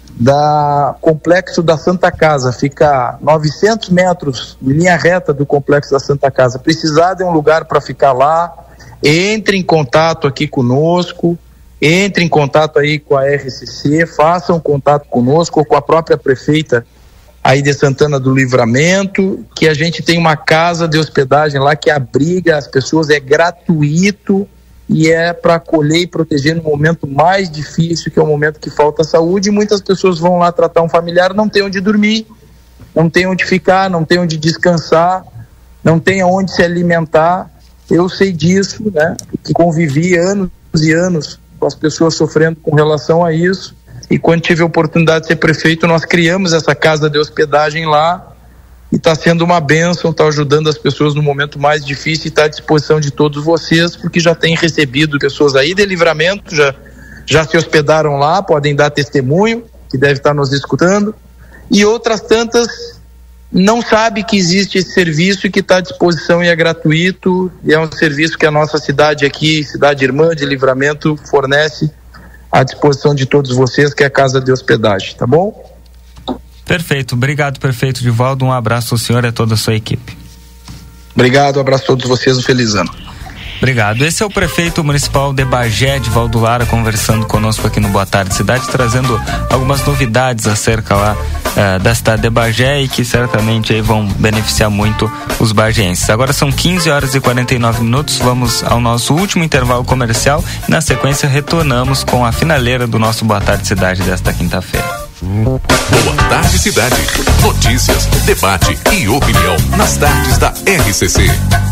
[SPEAKER 6] da complexo da Santa Casa, fica 900 metros em linha reta do complexo da Santa Casa. Precisar de um lugar para ficar lá, entre em contato aqui conosco, entre em contato aí com a RCC, façam um contato conosco ou com a própria prefeita aí de Santana do Livramento, que a gente tem uma casa de hospedagem lá que abriga as pessoas, é gratuito e é para acolher e proteger no momento mais difícil, que é o momento que falta saúde, e muitas pessoas vão lá tratar um familiar, não tem onde dormir, não tem onde ficar, não tem onde descansar, não tem onde se alimentar. Eu sei disso, né, porque convivi anos e anos com as pessoas sofrendo com relação a isso, e quando tive a oportunidade de ser prefeito, nós criamos essa casa de hospedagem lá, e está sendo uma bênção, está ajudando as pessoas no momento mais difícil, e está à disposição de todos vocês, porque já tem recebido pessoas aí de Livramento, já se hospedaram lá, podem dar testemunho, que deve estar nos escutando, e outras tantas não sabem que existe esse serviço e que está à disposição e é gratuito, e é um serviço que a nossa cidade aqui, cidade irmã de Livramento, fornece à disposição de todos vocês, que é a casa de hospedagem, tá bom?
[SPEAKER 3] Perfeito, obrigado, prefeito Divaldo, um abraço ao senhor e a toda a sua equipe.
[SPEAKER 6] Obrigado, um abraço a todos vocês, um feliz ano.
[SPEAKER 3] Obrigado. Esse é o prefeito municipal de Bagé, Divaldo Lara, conversando conosco aqui no Boa Tarde Cidade, trazendo algumas novidades acerca lá da cidade de Bagé e que certamente aí vão beneficiar muito os bagienses. Agora são 15h49, vamos ao nosso último intervalo comercial e na sequência retornamos com a finaleira do nosso Boa Tarde Cidade desta quinta-feira.
[SPEAKER 1] Boa Tarde Cidade. Notícias, debate e opinião nas tardes da RCC.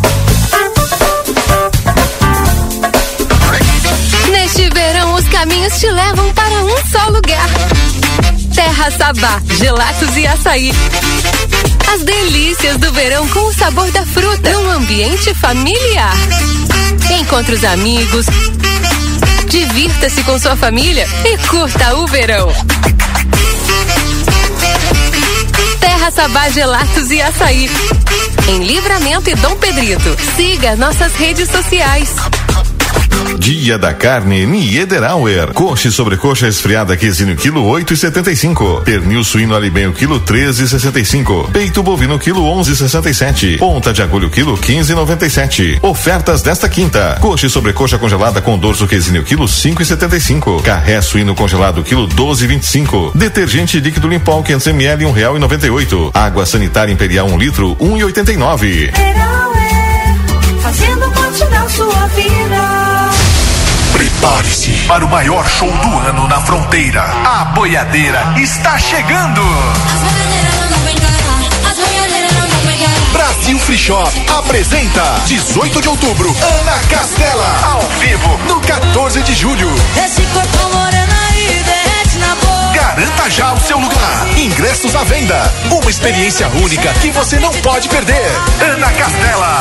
[SPEAKER 11] Neste verão, os caminhos te levam para um só lugar. Terra Sabá, gelatos e açaí. As delícias do verão com o sabor da fruta, num ambiente familiar. Encontre os amigos, divirta-se com sua família e curta o verão. Terra Sabá, gelatos e açaí. Em Livramento e Dom Pedrito. Siga nossas redes sociais.
[SPEAKER 23] Dia da Carne Niederauer. Coxa e sobrecoxa esfriada quesinho quilo 8,75. Pernil suíno alibenho quilo 13,65. Peito bovino quilo 11,67. Ponta de agulho quilo 15,97. Ofertas desta quinta. Coxa e sobrecoxa congelada com dorso quesinho quilo 5,75. Carré suíno congelado quilo 12,25. Detergente líquido Limpol 500 ml R$1,98. Água sanitária Imperial 1 litro 1,89.
[SPEAKER 24] Fazendo parte da sua vida.
[SPEAKER 25] Prepare-se para o maior show do ano na fronteira. A boiadeira está chegando. Brasil Free Shop apresenta 18 de outubro, Ana Castela, ao vivo, no 14 de julho.
[SPEAKER 24] Esse corpo moreno aí derrete na boca.
[SPEAKER 25] Garanta já o seu lugar. Ingressos à venda. Uma experiência única que você não pode perder. Ana Castela.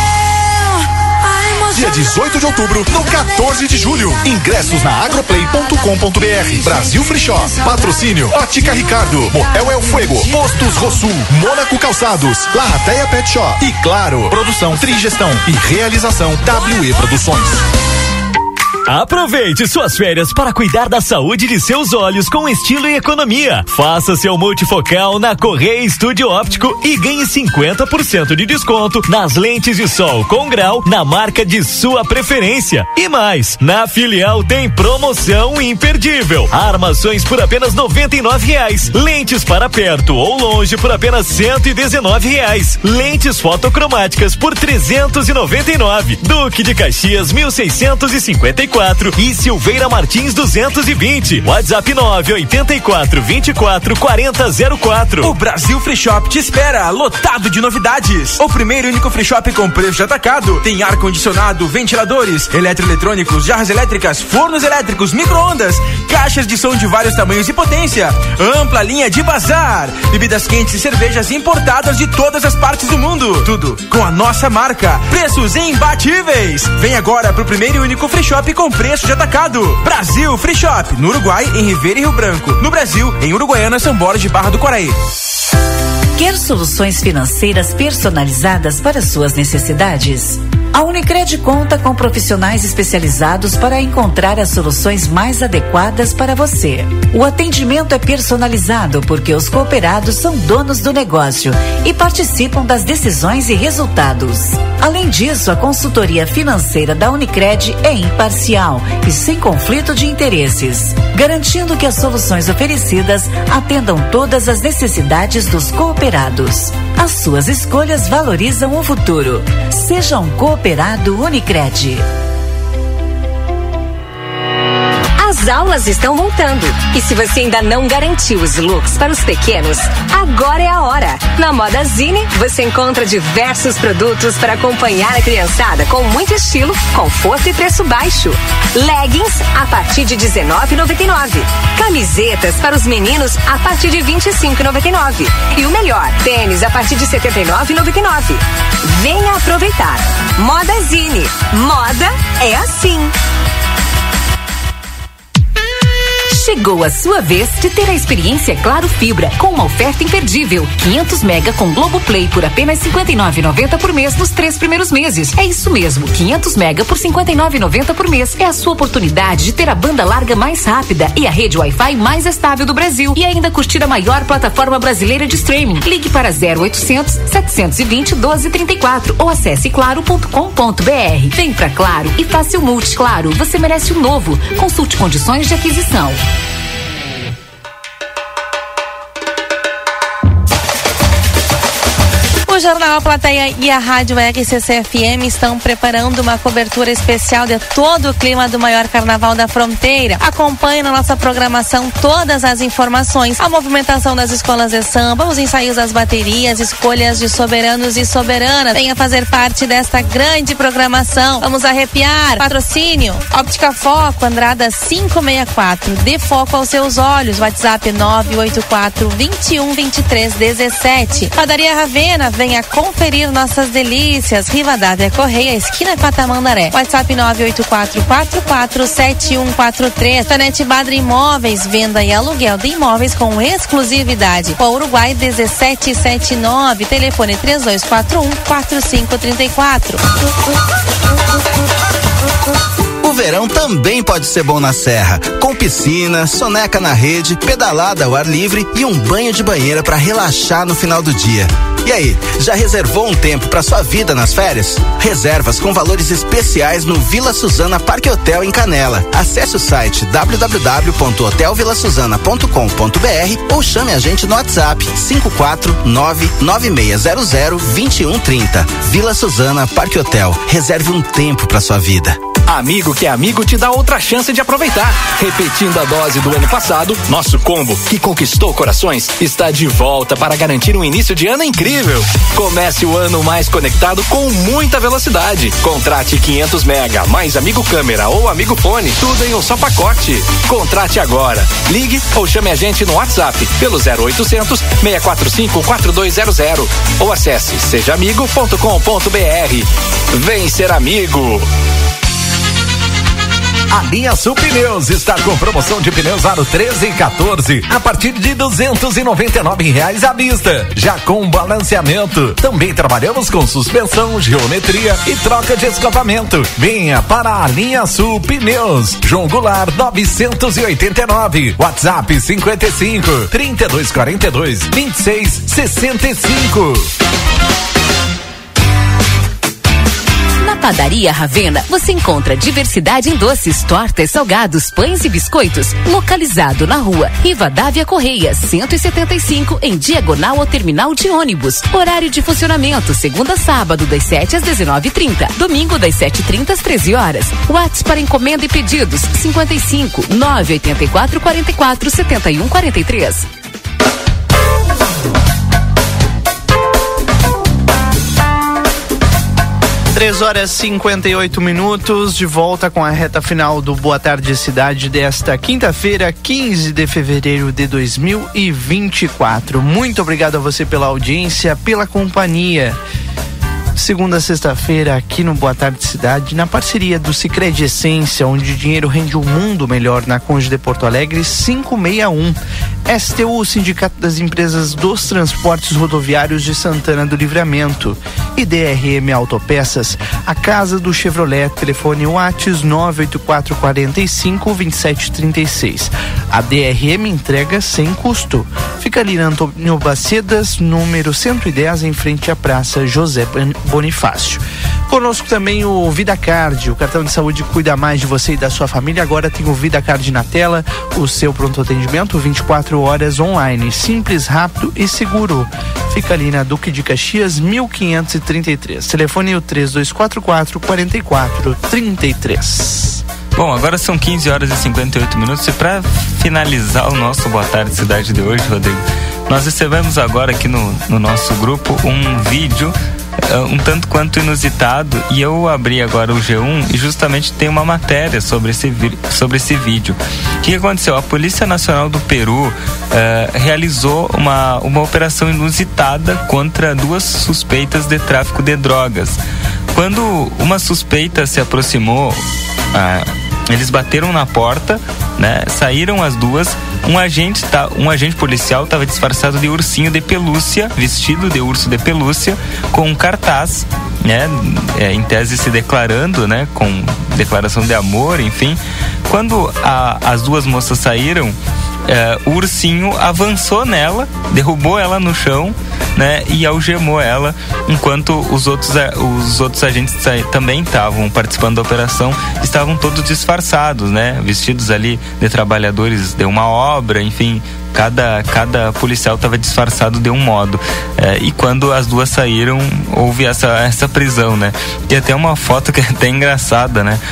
[SPEAKER 25] Dia 18 de outubro, no 14 de julho. Ingressos na agroplay.com.br. Brasil Free Shop. Patrocínio Ótica Ricardo, Motel El Fuego, Postos Rosul, Mônaco Calçados, Larrateia Pet Shop e claro, produção Trigestão e realização WE Produções.
[SPEAKER 26] Aproveite suas férias para cuidar da saúde de seus olhos com estilo e economia. Faça seu multifocal na Correia Estúdio Óptico e ganhe 50% de desconto nas lentes de sol com grau na marca de sua preferência. E mais, na filial tem promoção imperdível. Armações por apenas R$99. Lentes para perto ou longe por apenas R$119. Lentes fotocromáticas por R$399. Duque de Caxias 1654 e Silveira Martins 220. WhatsApp 984244004.
[SPEAKER 27] O Brasil Free Shop te espera, lotado de novidades. O primeiro e único free shop com preço de atacado. Tem ar-condicionado, ventiladores, eletroeletrônicos, jarras elétricas, fornos elétricos, micro-ondas, caixas de som de vários tamanhos e potência, ampla linha de bazar, bebidas quentes e cervejas importadas de todas as partes do mundo. Tudo com a nossa marca. Preços imbatíveis. Vem agora pro primeiro e único free shop com preço de atacado. Brasil Free Shop, no Uruguai, em Ribeira e Rio Branco. No Brasil, em Uruguaiana, São Borges de Barra do Quaraí.
[SPEAKER 10] Quer soluções financeiras personalizadas para suas necessidades? A Unicred conta com profissionais especializados para encontrar as soluções mais adequadas para você. O atendimento é personalizado porque os cooperados são donos do negócio e participam das decisões e resultados. Além disso, a consultoria financeira da Unicred é imparcial e sem conflito de interesses, garantindo que as soluções oferecidas atendam todas as necessidades dos cooperados. As suas escolhas valorizam o futuro. Seja um cooperado Unicred.
[SPEAKER 11] As aulas estão voltando. E se você ainda não garantiu os looks para os pequenos, agora é a hora. Na Modazine, você encontra diversos produtos para acompanhar a criançada com muito estilo, conforto e preço baixo. Leggings a partir de R$19,99. Camisetas para os meninos a partir de R$25,99. E o melhor, tênis a partir de R$79,99. Venha aproveitar. Modazine. Moda é assim.
[SPEAKER 10] Chegou a sua vez de ter a experiência Claro Fibra com uma oferta imperdível. 500 mega com Globoplay por apenas R$ 59,90 por mês nos 3 primeiros meses. É isso mesmo, 500 mega por R$ 59,90 por mês. É a sua oportunidade de ter a banda larga mais rápida e a rede Wi-Fi mais estável do Brasil. E ainda curtir a maior plataforma brasileira de streaming. Ligue para 0800 720 1234 ou acesse claro.com.br. Vem pra Claro e faça o multi. Claro, você merece o novo. Consulte condições de aquisição.
[SPEAKER 22] O Jornal A Plateia e a Rádio RCC-FM estão preparando uma cobertura especial de todo o clima do maior carnaval da fronteira. Acompanhe na nossa programação todas as informações, a movimentação das escolas de samba, os ensaios das baterias, escolhas de soberanos e soberanas. Venha fazer parte desta grande programação. Vamos arrepiar. Patrocínio Óptica Foco, Andrada 564. Dê foco aos seus olhos. WhatsApp 984 21 23 17. Padaria Ravena, venha conferir nossas delícias. Rivadavia Correia, esquina com a Tamandaré. WhatsApp 984447143. Tanete Badra Imóveis, venda e aluguel de imóveis com exclusividade. O Uruguai 1779, telefone 3241-4534.
[SPEAKER 13] O verão também pode ser bom na Serra, com piscina, soneca na rede, pedalada ao ar livre e um banho de banheira para relaxar no final do dia. E aí, já reservou um tempo para sua vida nas férias? Reservas com valores especiais no Vila Suzana Parque Hotel em Canela. Acesse o site www.hotelvilasuzana.com.br ou chame a gente no WhatsApp 549-9600-2130. Vila Suzana Parque Hotel. Reserve um tempo para sua vida.
[SPEAKER 14] Amigo que é amigo te dá outra chance de aproveitar. Repetindo a dose do ano passado, nosso combo, que conquistou corações, está de volta para garantir um início de ano incrível. Comece o ano mais conectado com muita velocidade. Contrate 500 mega, mais amigo câmera ou amigo fone, tudo em um só pacote. Contrate agora. Ligue ou chame a gente no WhatsApp pelo 0800 645 4200 ou acesse sejaamigo.com.br. Vem ser amigo.
[SPEAKER 16] A linha Sul Pneus está com promoção de pneus aro 13 e 14 a partir de R$299 à vista, já com balanceamento. Também trabalhamos com suspensão, geometria e troca de escapamento. Venha para a linha Sul Pneus, João Goulart 989, WhatsApp 55 3242 2665.
[SPEAKER 10] Na Padaria Ravena, você encontra diversidade em doces, tortas, salgados, pães e biscoitos. Localizado na rua Rivadavia Correia, 175, em diagonal ao terminal de ônibus. Horário de funcionamento, segunda a sábado, das 7 às 19h30. Domingo, das 7h30 às 13 horas. WhatsApp para encomenda e pedidos, 55 984 44 71 43.
[SPEAKER 2] 3h58, de volta com a reta final do Boa Tarde Cidade desta quinta-feira, 15 de fevereiro de 2024. Muito obrigado a você pela audiência, pela companhia. Segunda a sexta-feira aqui no Boa Tarde Cidade, na parceria do Sicredi Essência, onde o dinheiro rende um mundo melhor, na Conde de Porto Alegre 561. STU, Sindicato das Empresas dos Transportes Rodoviários de Santana do Livramento. E DRM Autopeças, a casa do Chevrolet. Telefone WhatsApp 984452736. A DRM entrega sem custo. Fica ali na Antônio Bacedas, número 110, em frente à Praça José Bonifácio. Conosco também o VidaCard, o cartão de saúde cuida mais de você e da sua família. Agora tem o VidaCard na tela, o seu pronto atendimento 24 horas online, simples, rápido e seguro. Fica ali na Duque de Caxias, 1533. Telefone o 3244-4433.
[SPEAKER 3] Bom, agora são 15 horas e 58 minutos e para finalizar o nosso Boa Tarde Cidade de hoje, Rodrigo, nós recebemos agora aqui no nosso grupo um vídeo um tanto quanto inusitado, e eu abri agora o G1 e justamente tem uma matéria sobre esse vídeo. O que aconteceu? A Polícia Nacional do Peru realizou uma operação inusitada contra 2 suspeitas de tráfico de drogas. Quando uma suspeita se aproximou, eles bateram na porta, né? Saíram as duas. Um agente policial estava disfarçado de ursinho de pelúcia, vestido de urso de pelúcia, com um cartaz, né? Em tese se declarando, né? Com declaração de amor, enfim. Quando as duas moças saíram, o ursinho avançou nela, derrubou ela no chão, né, e algemou ela, enquanto os outros agentes também estavam participando da operação, estavam todos disfarçados, né, vestidos ali de trabalhadores de uma obra, enfim. Cada policial estava disfarçado de um modo. E quando as duas saíram, houve essa prisão, né? E até uma foto que é até engraçada, né?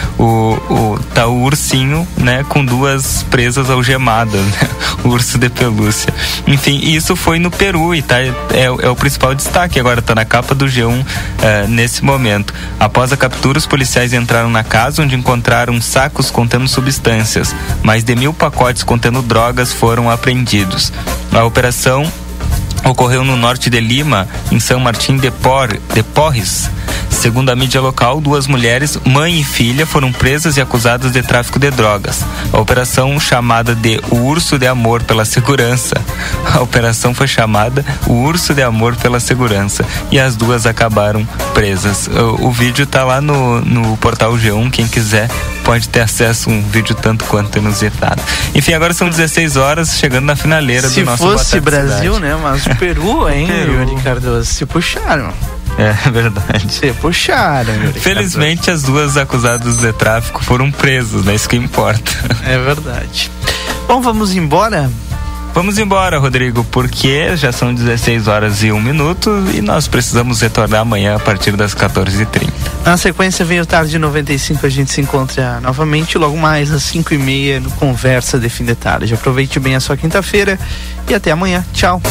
[SPEAKER 3] Tá o ursinho, né? Com 2 presas algemadas, né? O urso de pelúcia. Enfim, isso foi no Peru e é o principal destaque. Agora tá na capa do G1 nesse momento. Após a captura, os policiais entraram na casa, onde encontraram sacos contendo substâncias. Mais de 1.000 pacotes contendo drogas foram apreendidos. A operação ocorreu no norte de Lima, em São Martim de Porres. Segundo a mídia local, 2 mulheres, mãe e filha, foram presas e acusadas de tráfico de drogas. A operação, chamada de O Urso de Amor pela Segurança. A operação foi chamada O Urso de Amor pela Segurança. E as duas acabaram presas. O vídeo está lá no portal G1, quem quiser pode ter acesso a um vídeo tanto quanto inusitado. Enfim, agora são 16 horas, chegando na finaleira do nosso Boa Tarde
[SPEAKER 2] Se fosse Brasil,
[SPEAKER 3] Cidade.
[SPEAKER 2] né? Mas o Peru, hein, Yuri Cardoso, se puxaram.
[SPEAKER 3] É verdade.
[SPEAKER 2] Se puxaram, Yuri
[SPEAKER 3] Felizmente Cardoso. As duas acusadas de tráfico foram presas, né? Isso que importa.
[SPEAKER 2] É verdade. Bom, vamos embora?
[SPEAKER 3] Vamos embora, Rodrigo, porque já são 16 horas e 1 minuto e nós precisamos retornar amanhã a partir das 14h30.
[SPEAKER 2] Na sequência vem o Tarde 95, a gente se encontra novamente logo mais às 5h30 no Conversa de Fim de Tarde. Aproveite bem a sua quinta-feira e até amanhã. Tchau.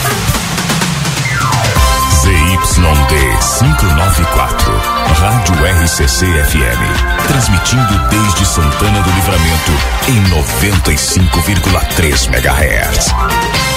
[SPEAKER 7] ZYD 594, Rádio RCC FM, transmitindo desde Santana do Livramento em 95,3 MHz.